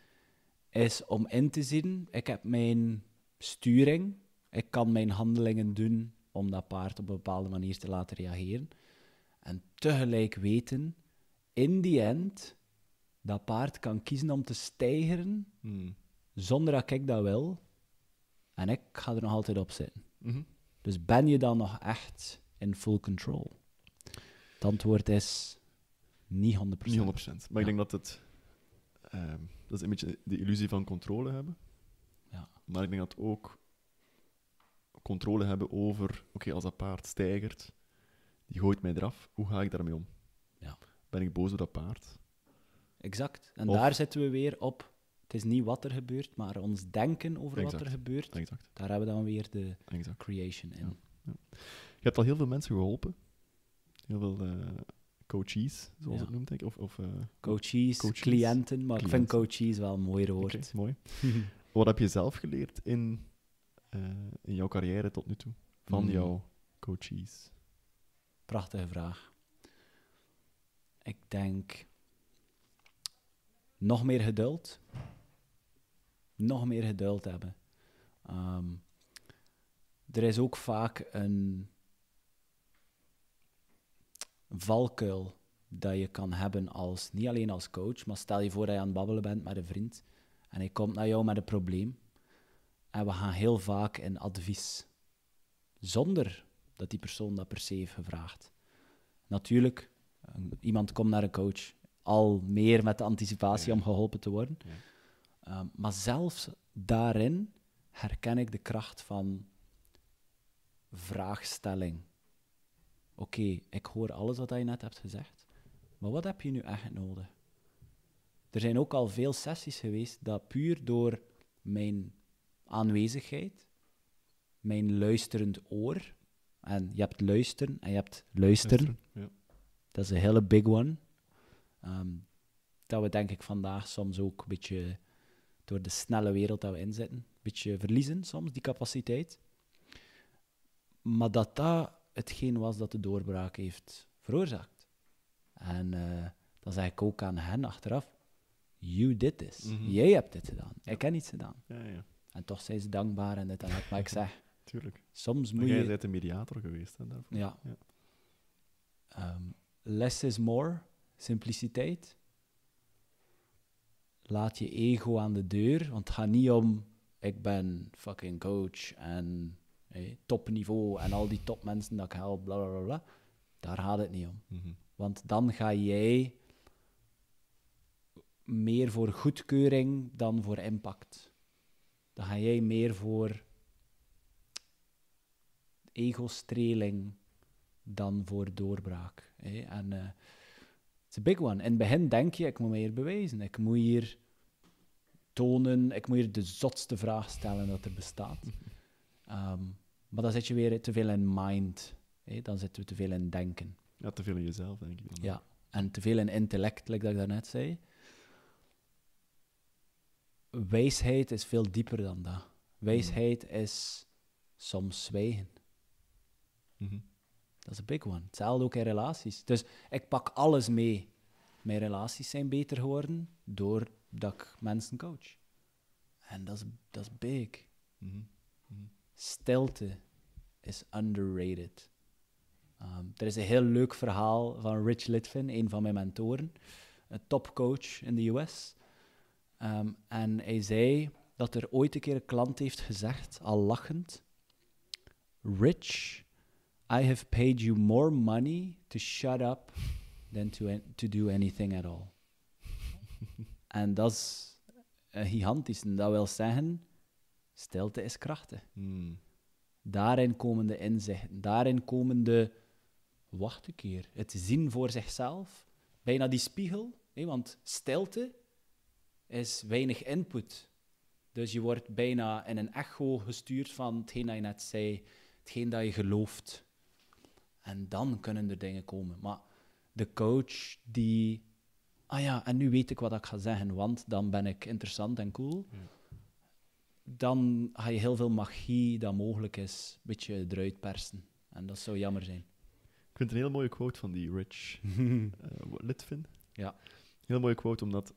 is om in te zien, ik heb mijn sturing, ik kan mijn handelingen doen om dat paard op een bepaalde manier te laten reageren. En tegelijk weten, in die end, dat paard kan kiezen om te steigeren, zonder dat ik dat wil. En ik ga er nog altijd op zitten. Mhm. Dus ben je dan nog echt in full control? Het antwoord is niet 100%. Niet 100%. Maar ik denk dat het... dat is een beetje de illusie van controle hebben. Ja. Maar ik denk dat ook controle hebben over... Oké, als dat paard steigert, die gooit mij eraf, hoe ga ik daarmee om? Ja. Ben ik boos op dat paard? Exact. En Of- daar zitten we weer op. Het is niet wat er gebeurt, maar ons denken over wat Exact. er gebeurt. Exact. Daar hebben we dan weer de Exact. creation in. Ja. Je hebt al heel veel mensen geholpen. Heel veel coaches, zoals Ja. het noemt, denk ik. Of, Coaches, Coaches. cliënten, maar ik vind Cliënten. coaches wel een mooier woord. oké, mooi. Wat heb je zelf geleerd in jouw carrière tot nu toe? Van jouw coaches? Prachtige vraag. Ik denk nog meer geduld. Nog meer geduld hebben. Er is ook vaak een valkuil dat je kan hebben als, niet alleen als coach, maar stel je voor dat je aan het babbelen bent met een vriend en hij komt naar jou met een probleem en we gaan heel vaak in advies, zonder dat die persoon dat per se heeft gevraagd. Natuurlijk, iemand komt naar een coach al meer met de anticipatie Ja. om geholpen te worden. Ja. Maar zelfs daarin herken ik de kracht van vraagstelling. Oké, ik hoor alles wat je net hebt gezegd, maar wat heb je nu echt nodig? Er zijn ook al veel sessies geweest dat puur door mijn aanwezigheid, mijn luisterend oor, en je hebt luisteren en je hebt luisteren, Ja. dat is een hele big one, dat we denk ik vandaag soms ook een beetje door de snelle wereld dat we inzitten, een beetje verliezen soms, die capaciteit. Maar dat hetgeen was dat de doorbraak heeft veroorzaakt. En dan zeg ik ook aan hen achteraf, you did this. Mhm. Jij hebt dit gedaan. Ik heb niets gedaan. Ja, ja, En toch zijn ze dankbaar en dit en dat. Maar ik zeg, tuurlijk. soms Maar moet jij je... bent de mediator geweest, hè, daarvoor. Ja. Ja. Less is more, simpliciteit. Laat je ego aan de deur, want het gaat niet om, ik ben fucking coach en topniveau en al die topmensen dat ik help, bla bla bla. Daar gaat het niet om. Mhm. Want dan ga jij meer voor goedkeuring dan voor impact. Dan ga jij meer voor ego-streling dan voor doorbraak. En het is een big one. In het begin denk je, ik moet me hier bewijzen. Ik moet hier tonen, ik moet hier de zotste vraag stellen dat er bestaat. Maar dan zit je weer te veel in mind. Dan zitten we te veel in denken. Ja, te veel in jezelf, denk ik. Dan. Ja, en te veel in intellect, like dat ik daarnet zei. Wijsheid is veel dieper dan dat. Wijsheid is soms zwijgen. Mhm. Dat is een big one. Hetzelfde ook in relaties. Dus ik pak alles mee. Mijn relaties zijn beter geworden doordat ik mensen coach. En dat is big. Mhm. Mhm. Stilte is underrated. Er is een heel leuk verhaal van Rich Litvin, een van mijn mentoren, een topcoach in de US. En hij zei dat er ooit een keer een klant heeft gezegd, al lachend, Rich, I have paid you more money to shut up than to do anything at all. En dat is gigantisch. En dat wil zeggen, stilte is krachtig. Mm. Daarin komen de inzichten, daarin komen de, wacht een keer, het zien voor zichzelf, bijna die spiegel, want stilte is weinig input. Dus je wordt bijna in een echo gestuurd van hetgeen dat je net zei, hetgeen dat je gelooft. En dan kunnen er dingen komen. Maar de coach die, en nu weet ik wat ik ga zeggen, want dan ben ik interessant en cool. Ja. Dan ga je heel veel magie dat mogelijk is, een beetje eruit persen. En dat zou jammer zijn. Ik vind het een heel mooie quote van die Rich Litvin. Ja. Heel mooie quote, omdat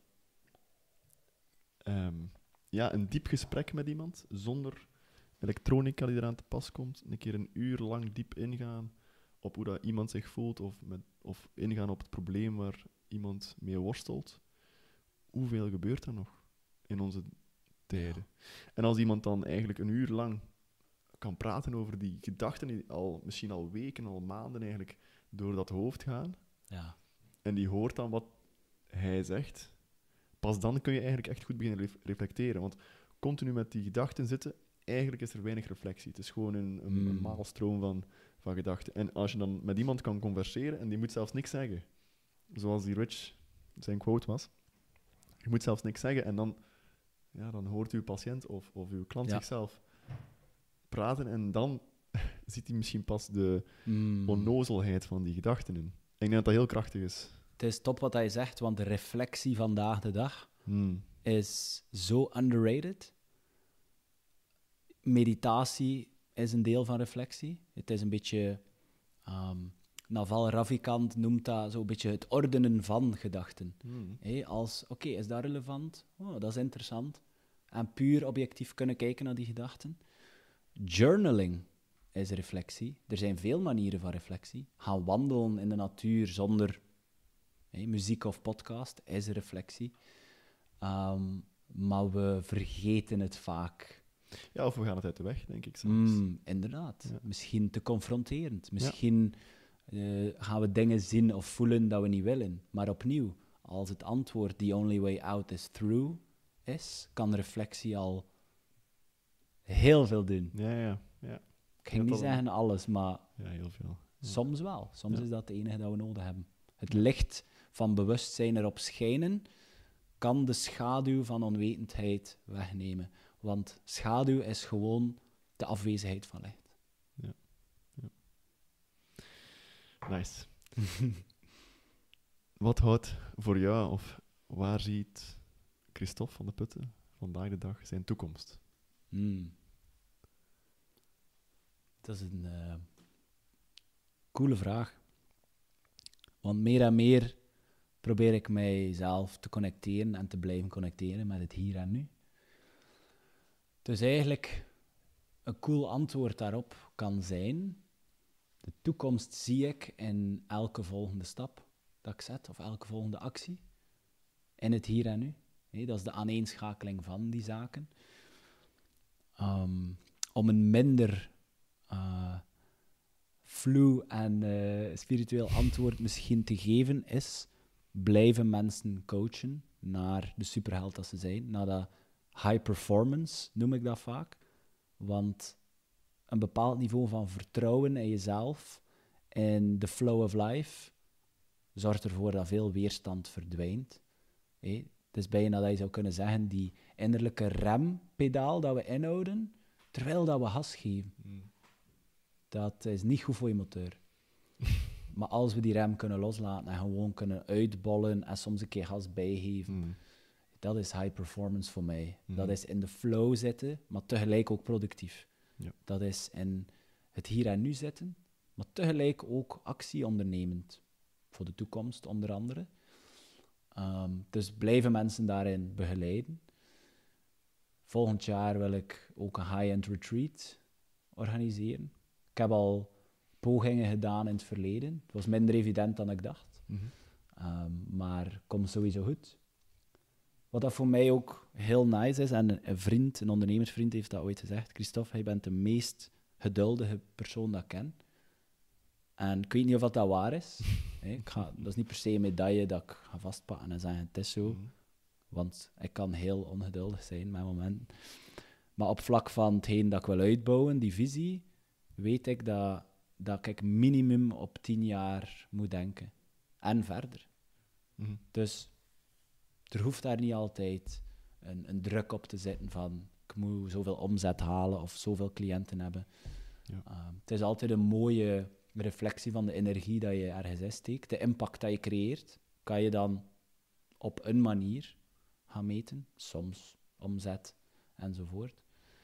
een diep gesprek met iemand, zonder elektronica die eraan te pas komt, een keer een uur lang diep ingaan op hoe dat iemand zich voelt, of ingaan op het probleem waar iemand mee worstelt. Hoeveel gebeurt er nog in onze tijden? En als iemand dan eigenlijk een uur lang kan praten over die gedachten die misschien al weken, al maanden eigenlijk door dat hoofd gaan, Ja. en die hoort dan wat hij zegt, pas dan kun je eigenlijk echt goed beginnen reflecteren. Want continu met die gedachten zitten, eigenlijk is er weinig reflectie. Het is gewoon een maalstroom van gedachten. En als je dan met iemand kan converseren en die moet zelfs niks zeggen, zoals die Rich zijn quote was, je moet zelfs niks zeggen en dan hoort uw patiënt of uw klant zichzelf praten en dan ziet hij misschien pas de onnozelheid van die gedachten in. Ik denk dat dat heel krachtig is. Het is top wat hij zegt, want de reflectie vandaag de dag is zo underrated. Meditatie is een deel van reflectie. Het is een beetje... Naval Ravikant noemt dat zo'n beetje het ordenen van gedachten. Oké, is dat relevant? Oh, dat is interessant. En puur objectief kunnen kijken naar die gedachten. Journaling is reflectie. Er zijn veel manieren van reflectie. Gaan wandelen in de natuur zonder muziek of podcast is reflectie. Maar we vergeten het vaak. Ja, of we gaan het uit de weg, denk ik soms. Inderdaad. Ja. Misschien te confronterend. Misschien gaan we dingen zien of voelen dat we niet willen. Maar opnieuw, als het antwoord the only way out is through is, kan reflectie al heel veel doen. Ja. Ik ging niet zeggen alles, maar ja, heel veel. Ja. soms wel. Soms is dat het enige dat we nodig hebben. Het licht van bewustzijn erop schijnen kan de schaduw van onwetendheid wegnemen. Want schaduw is gewoon de afwezigheid van licht. Ja. Nice. Wat houdt voor jou, of waar ziet Christophe van de Putten vandaag de dag zijn toekomst? Dat is een coole vraag. Want meer en meer probeer ik mijzelf te connecteren en te blijven connecteren met het hier en nu. Dus eigenlijk een cool antwoord daarop kan zijn: de toekomst zie ik in elke volgende stap dat ik zet, of elke volgende actie, in het hier en nu. Dat is de aaneenschakeling van die zaken. Om een minder flu en spiritueel antwoord misschien te geven is, blijven mensen coachen naar de superheld dat ze zijn, naar dat high performance, noem ik dat vaak. Want een bepaald niveau van vertrouwen in jezelf en de flow of life zorgt ervoor dat veel weerstand verdwijnt. Het is bijna dat je zou kunnen zeggen, die innerlijke rempedaal dat we inhouden, terwijl dat we gas geven. Dat is niet goed voor je motor. Maar als we die rem kunnen loslaten en gewoon kunnen uitbollen en soms een keer gas bijgeven, dat is high performance voor mij. Dat is in de flow zitten, maar tegelijk ook productief. Ja. Dat is in het hier en nu zitten maar tegelijk ook actie ondernemend. Voor de toekomst, onder andere. Dus blijven mensen daarin begeleiden. Volgend jaar wil ik ook een high-end retreat organiseren. Ik heb al pogingen gedaan in het verleden. Het was minder evident dan ik dacht. Maar komt sowieso goed. Wat dat voor mij ook heel nice is, en een ondernemersvriend heeft dat ooit gezegd, Christophe, je bent de meest geduldige persoon dat ik ken. En ik weet niet of dat waar is. Dat is niet per se een medaille dat ik ga vastpakken en zeggen, het is zo. Want ik kan heel ongeduldig zijn met momenten. Maar op vlak van hetgeen dat ik wil uitbouwen, die visie, weet ik dat ik minimum op 10 jaar moet denken. En verder. Dus er hoeft daar niet altijd een druk op te zitten van ik moet zoveel omzet halen of zoveel cliënten hebben. Ja. Het is altijd een mooie reflectie van de energie dat je ergens insteekt. De impact dat je creëert, kan je dan op een manier gaan meten. Soms omzet enzovoort.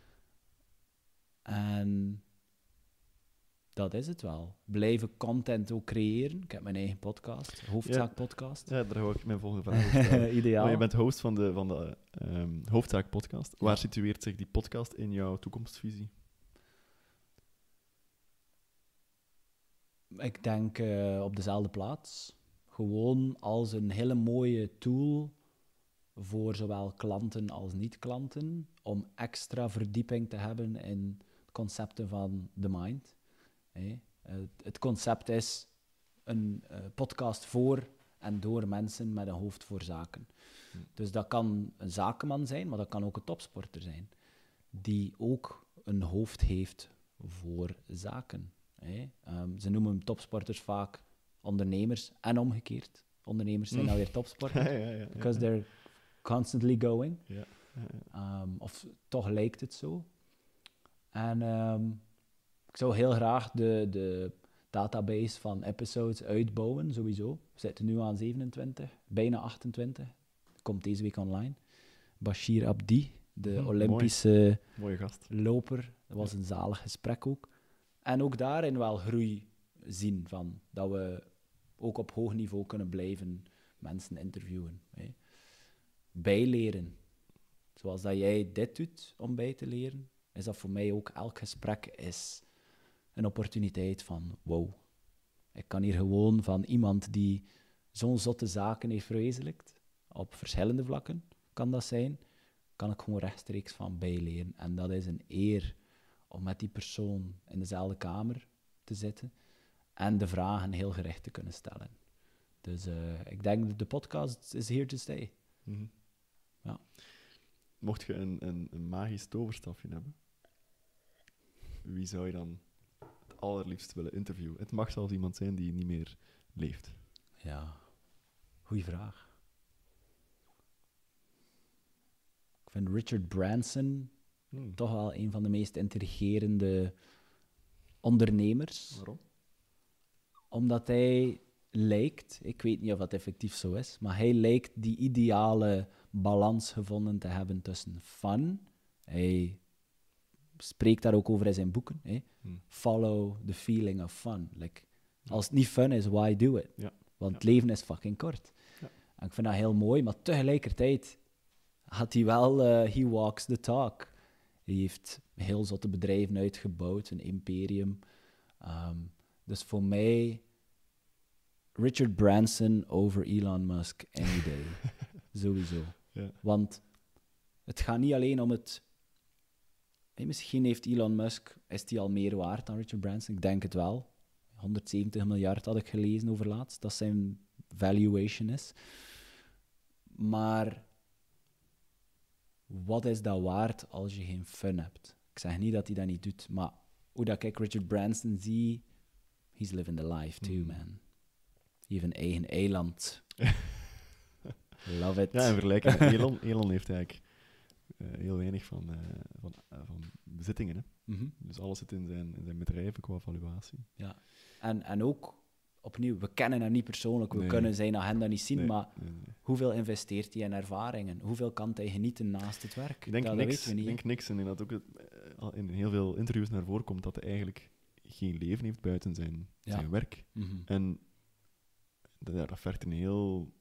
En dat is het wel. Blijven content ook creëren. Ik heb mijn eigen podcast, Hoofdzaak-podcast. Ja, daar hou ik mijn volgende vraag over stellen. Ideaal. Maar je bent host van de Hoofdzaak-podcast. Waar situeert zich die podcast in jouw toekomstvisie? Ik denk op dezelfde plaats. Gewoon als een hele mooie tool voor zowel klanten als niet-klanten, om extra verdieping te hebben in concepten van the mind. Het concept is een podcast voor en door mensen met een hoofd voor zaken. Dus dat kan een zakenman zijn, maar dat kan ook een topsporter zijn, die ook een hoofd heeft voor zaken. Ze noemen topsporters vaak ondernemers en omgekeerd. Ondernemers zijn alweer topsporters, because they're constantly going. Of toch lijkt het zo. En ik zou heel graag de database van episodes uitbouwen, sowieso. We zitten nu aan 27, bijna 28. Komt deze week online. Bashir Abdi, de Olympische mooie gast. Loper. Dat was een zalig gesprek ook. En ook daarin wel groei zien, van dat we ook op hoog niveau kunnen blijven mensen interviewen. Bijleren. Zoals dat jij dit doet om bij te leren, is dat voor mij ook elk gesprek is een opportuniteit van wow. Ik kan hier gewoon van iemand die zo'n zotte zaken heeft verwezenlijkt, op verschillende vlakken kan dat zijn, kan ik gewoon rechtstreeks van bijleren. En dat is een eer om met die persoon in dezelfde kamer te zitten en de vragen heel gericht te kunnen stellen. Dus ik denk dat de podcast is here to stay. Ja. Mocht je een magisch toverstafje hebben, wie zou je dan het allerliefst willen interviewen? Het mag zelfs iemand zijn die niet meer leeft. Ja, goeie vraag. Ik vind Richard Branson toch wel een van de meest intrigerende ondernemers. Waarom? Omdat hij lijkt, ik weet niet of dat effectief zo is, maar hij lijkt die ideale balans gevonden te hebben tussen fun. Hij spreekt daar ook over in zijn boeken. Follow the feeling of fun. Als het niet fun is, why do it? Want het leven is fucking kort. En ik vind dat heel mooi, maar tegelijkertijd had hij wel, he walks the talk. Hij heeft heel zotte bedrijven uitgebouwd, een imperium. Dus voor mij, Richard Branson over Elon Musk any day. Sowieso. Want het gaat niet alleen om het... misschien heeft Elon Musk, is die al meer waard dan Richard Branson? Ik denk het wel. 170 miljard had ik gelezen over laatst, dat zijn valuation is. Maar wat is dat waard als je geen fun hebt? Ik zeg niet dat hij dat niet doet, maar hoe dat ik Richard Branson zie, he's living the life too, man. Hij heeft een eigen eiland. Love it. Ja, in vergelijking met Elon heeft eigenlijk heel weinig van bezittingen. Hè? Dus alles zit in zijn bedrijven qua valuatie. Ja, en ook, opnieuw, we kennen hem niet persoonlijk, we kunnen zijn agenda niet zien, maar hoeveel investeert hij in ervaringen? Hoeveel kan hij genieten naast het werk? Ik denk niks. Ik denk niks. En dat ook in heel veel interviews naar voren komt dat hij eigenlijk geen leven heeft buiten zijn werk. Mhm. En dat vergt een heel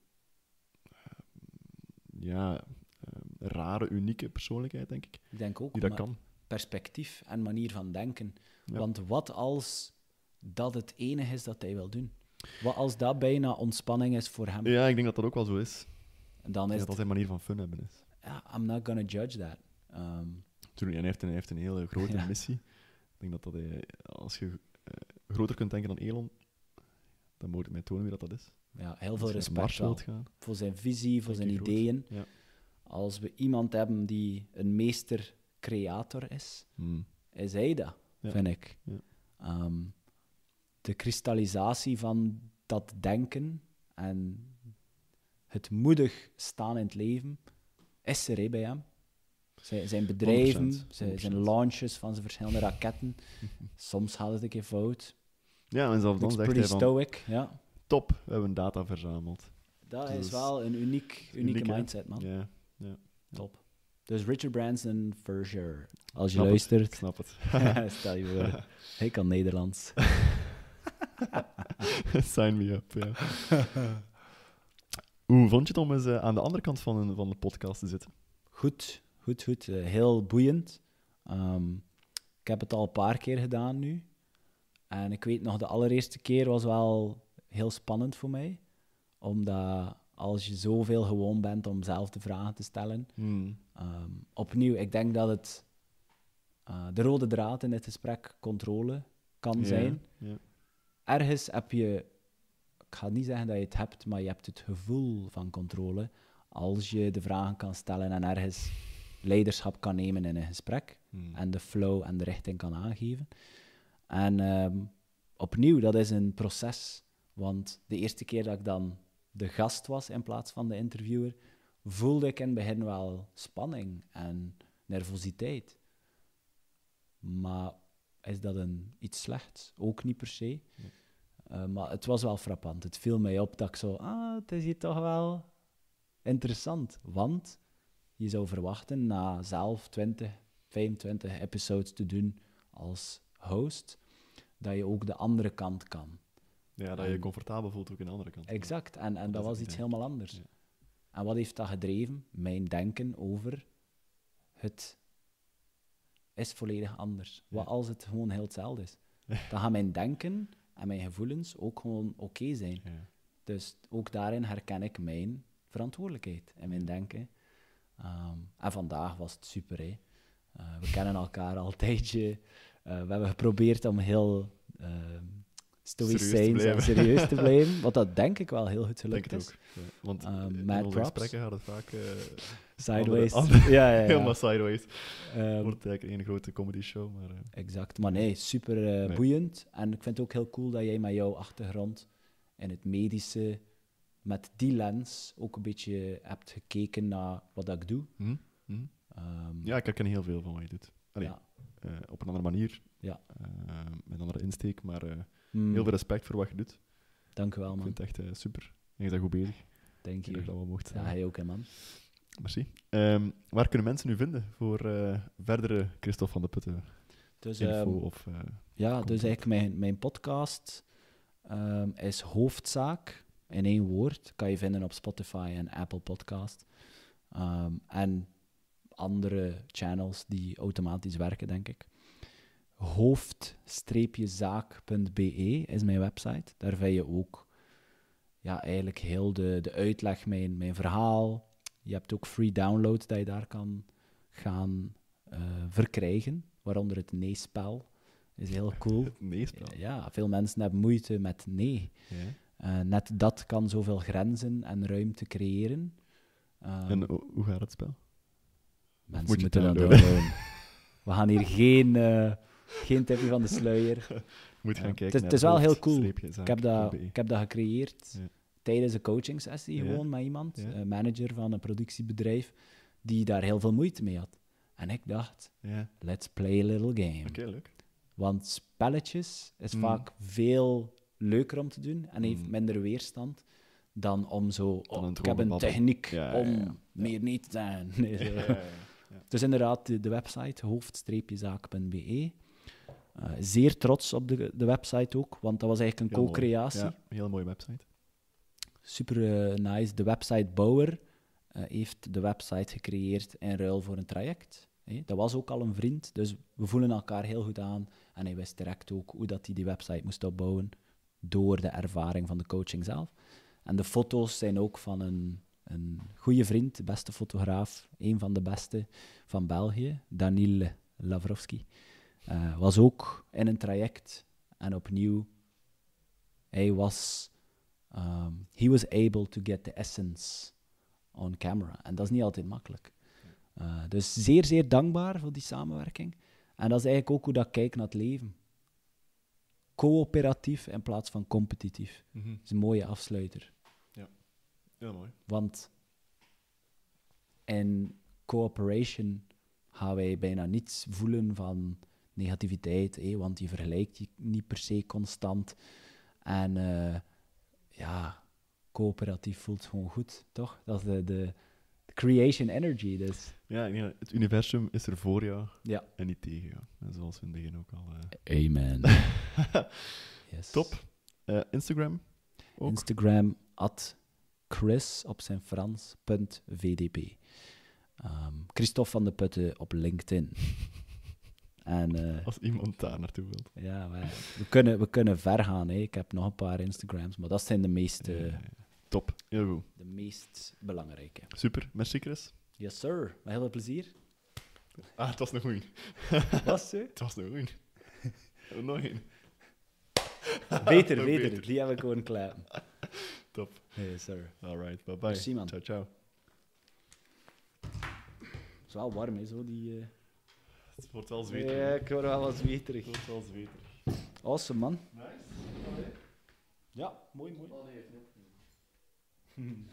rare, unieke persoonlijkheid, denk ik, Ik denk ook, die dat maar kan. perspectief en manier van denken. Ja. Want wat als dat het enige is dat hij wil doen? Wat als dat bijna ontspanning is voor hem? Ja, ik denk dat dat ook wel zo is. En dan Ik is denk dat dat zijn manier van fun hebben is. I'm not gonna judge that. Tuurlijk, en hij heeft een hele grote Ja. missie. Ik denk dat hij, als je groter kunt denken dan Elon, dan moet ik mij tonen wie dat is. Ja, heel Als veel je naar respect Mars wel. wilt gaan. Voor zijn visie, voor Denk zijn je groot. ideeën. Ja. Als we iemand hebben die een meester-creator is, is hij dat, Ja. vind ik. Ja. De kristallisatie van dat denken en het moedig staan in het leven is er hè, bij hem. Zijn bedrijven, 100%. zijn launches van zijn verschillende raketten. Soms gaat het een keer fout. Ja, en zelfs dan Looks zegt pretty hij van, stoic, ja. top, we hebben data verzameld. Dat Dus is wel een unieke uniek, hè? mindset, man. Ja, Top. Dus Richard Branson, for sure. Als je snap het, ik luistert, snap het. stel je voor. Ik kan Nederlands. Sign me up, ja. Hoe vond je het om eens aan de andere kant van de podcast te zitten? Goed. Heel boeiend. Ik heb het al een paar keer gedaan nu. En ik weet nog, de allereerste keer was wel heel spannend voor mij. Omdat als je zoveel gewoon bent om zelf de vragen te stellen. Opnieuw, ik denk dat het de rode draad in dit gesprek controle kan zijn. Ja. Ergens heb je, ik ga niet zeggen dat je het hebt, maar je hebt het gevoel van controle als je de vragen kan stellen en ergens leiderschap kan nemen in een gesprek en de flow en de richting kan aangeven. En opnieuw, dat is een proces, want de eerste keer dat ik dan de gast was in plaats van de interviewer, voelde ik in het begin wel spanning en nervositeit. Maar is dat iets slechts? Ook niet per se. Maar het was wel frappant. Het viel mij op dat ik zo, het is hier toch wel interessant. Want je zou verwachten, na zelf 20, 25 episodes te doen als host, dat je ook de andere kant kan. Ja, dat je je comfortabel voelt ook in de andere kant. Exact. En dat is was het iets idee. helemaal anders. Ja. En wat heeft dat gedreven? Mijn denken over het is volledig anders. Wat als het gewoon heel hetzelfde is? Dan gaan mijn denken en mijn gevoelens ook gewoon oké zijn. Ja. Dus ook daarin herken ik mijn verantwoordelijkheid in mijn denken. En vandaag was het super, hè. We kennen elkaar al een tijdje. We hebben geprobeerd om heel stoïcijns en serieus te blijven, wat dat denk ik wel heel goed gelukt Denk is. het ook. Ja. Want in mad onze props. gesprekken gaat het vaak Sideways. andere- Ja. helemaal sideways. Ehm, Wordt eigenlijk een grote comedy show, maar Exact, maar nee, super Nee. boeiend. En ik vind het ook heel cool dat jij met jouw achtergrond in het medische, met die lens, ook een beetje hebt gekeken naar wat dat ik doe. ja, ik herken heel veel van wat je doet. Allee, Ja. op een andere manier, Ja. met een andere insteek, maar Mm, heel veel respect voor wat je doet. Dank u wel, Ik man. vind het echt super. En je bent goed bezig. Thank Ik denk dat you. je dat wel mocht Ja, zeggen. hij ook, hè, man. Merci. Waar kunnen mensen u vinden voor verdere Christophe van de Putten Dus, info? Of, ja, content? dus eigenlijk mijn podcast is hoofdzaak in 1 woord. Kan je vinden op Spotify en Apple Podcast. En andere channels die automatisch werken, denk ik. hoofd-zaak.be is mijn website. Daar vind je ook eigenlijk heel de uitleg, mijn verhaal. Je hebt ook free downloads dat je daar kan gaan verkrijgen, waaronder het nee-spel. Is heel cool. Het nee-spel. Ja, veel mensen hebben moeite met nee. Ja. Net dat kan zoveel grenzen en ruimte creëren. En hoe gaat het spel? Mensen moet je moeten dat downloaden? downloaden. We gaan hier geen tipje van de sluier. Moet gaan Ja, kijken. het is wel heel cool. hoofd-zaak.be. Ik heb dat gecreëerd Ja. tijdens een coaching sessie Ja. gewoon met iemand, Ja. een manager van een productiebedrijf, die daar heel veel moeite mee had. En ik dacht, Ja. let's play a little game. Oké, leuk. Want spelletjes is vaak veel leuker om te doen en heeft minder weerstand dan om zo, Dan een ik heb een babbelen. techniek Ja, om ja. meer niet te zijn. Nee, zo. Ja. Dus inderdaad, de website hoofd-zaak.be. Zeer trots op de website ook, want dat was eigenlijk een Heel mooi. co-creatie. Ja, een hele mooie website. Super nice. De websitebouwer heeft de website gecreëerd in ruil voor een traject. Dat was ook al een vriend, dus we voelen elkaar heel goed aan. En hij wist direct ook hoe dat hij die website moest opbouwen door de ervaring van de coaching zelf. En de foto's zijn ook van een goede vriend, de beste fotograaf, een van de beste van België, Daniel Lavrovski. Was ook in een traject en opnieuw, hij was... he was able to get the essence on camera. En dat is niet altijd makkelijk. Dus zeer, zeer dankbaar voor die samenwerking. En dat is eigenlijk ook hoe dat ik kijk naar het leven. Coöperatief in plaats van competitief. Dat is een mooie afsluiter. Heel mooi. Want in cooperation gaan wij bijna niets voelen van negativiteit, want je vergelijkt je niet per se constant. En ja, coöperatief voelt gewoon goed, toch? Dat is de creation energy. Dus. Ja, het universum is er voor jou Ja. en niet tegen jou. En zoals we in het begin ook al... Amen. Yes. Top. Instagram ook? Instagram @Chris op zijn Frans .vdp. Christophe van de Putten op LinkedIn. En, Als iemand daar naartoe wilt. ja, maar we kunnen ver gaan. Hè. Ik heb nog een paar Instagrams, maar dat zijn de meest, Top, heel goed. de meest belangrijke. Super, merci Chris. Yes, sir. Met heel veel plezier. Ah, het was nog goed. Was ze? Het was nog goed. Nog één. Beter, Nog beter. Die heb ik gewoon klaar. Top. Yes, sir. Alright, bye bye. Merci, man. Ciao, ciao. Het is wel warm, hè, zo die... Het wordt wel zweterig. Ja, ik word wel wat Het zweterig. wordt wel zweterig. Awesome, man. Nice. Ja, mooi, mooi. Oh nee, heeft niet opgenomen.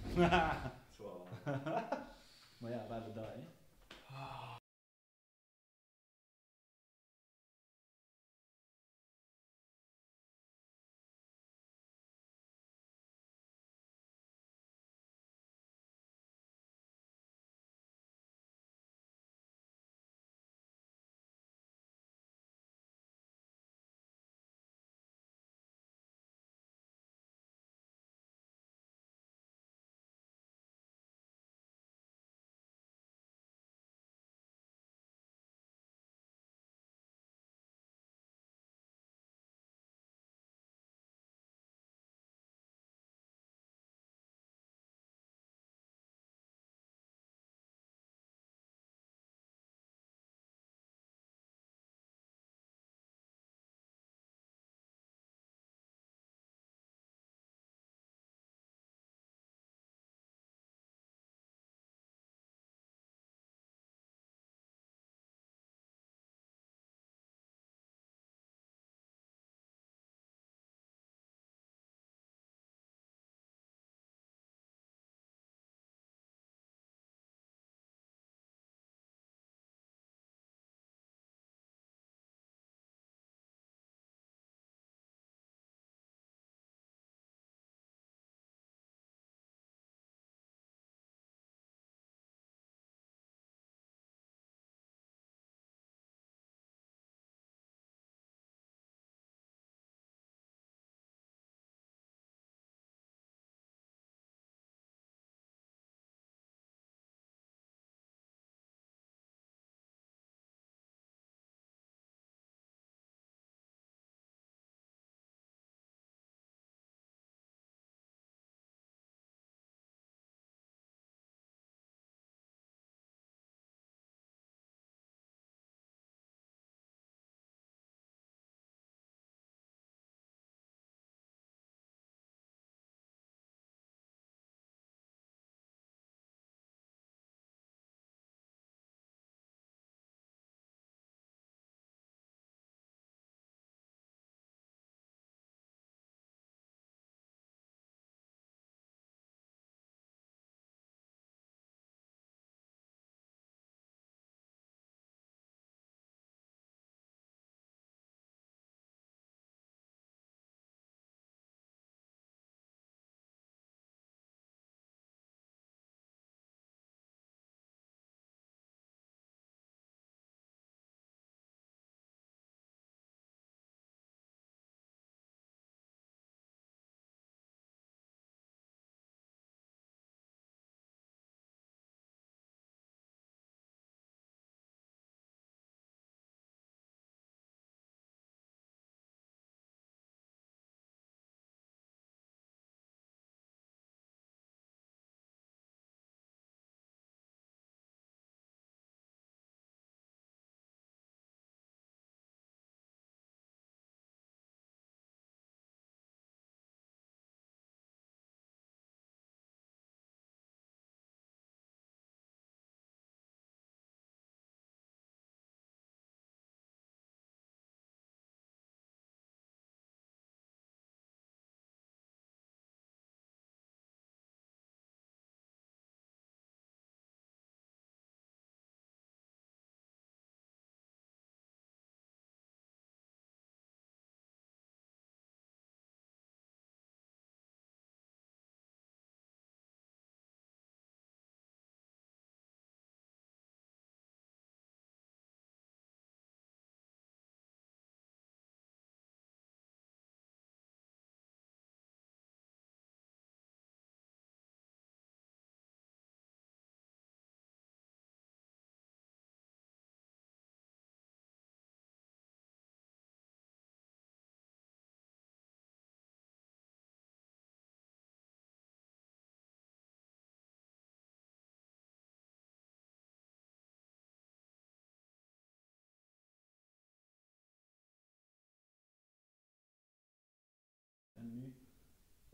Maar ja, we hebben dat, hè.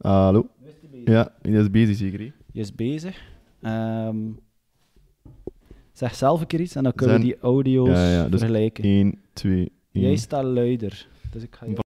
Hallo? Ja, hij is bezig zeker, hè? Je is bezig. Zeg zelf een keer iets en dan kunnen we die audio's Ja, dus vergelijken. 1, 2, 1. Jij staat luider. Dus ik ga je...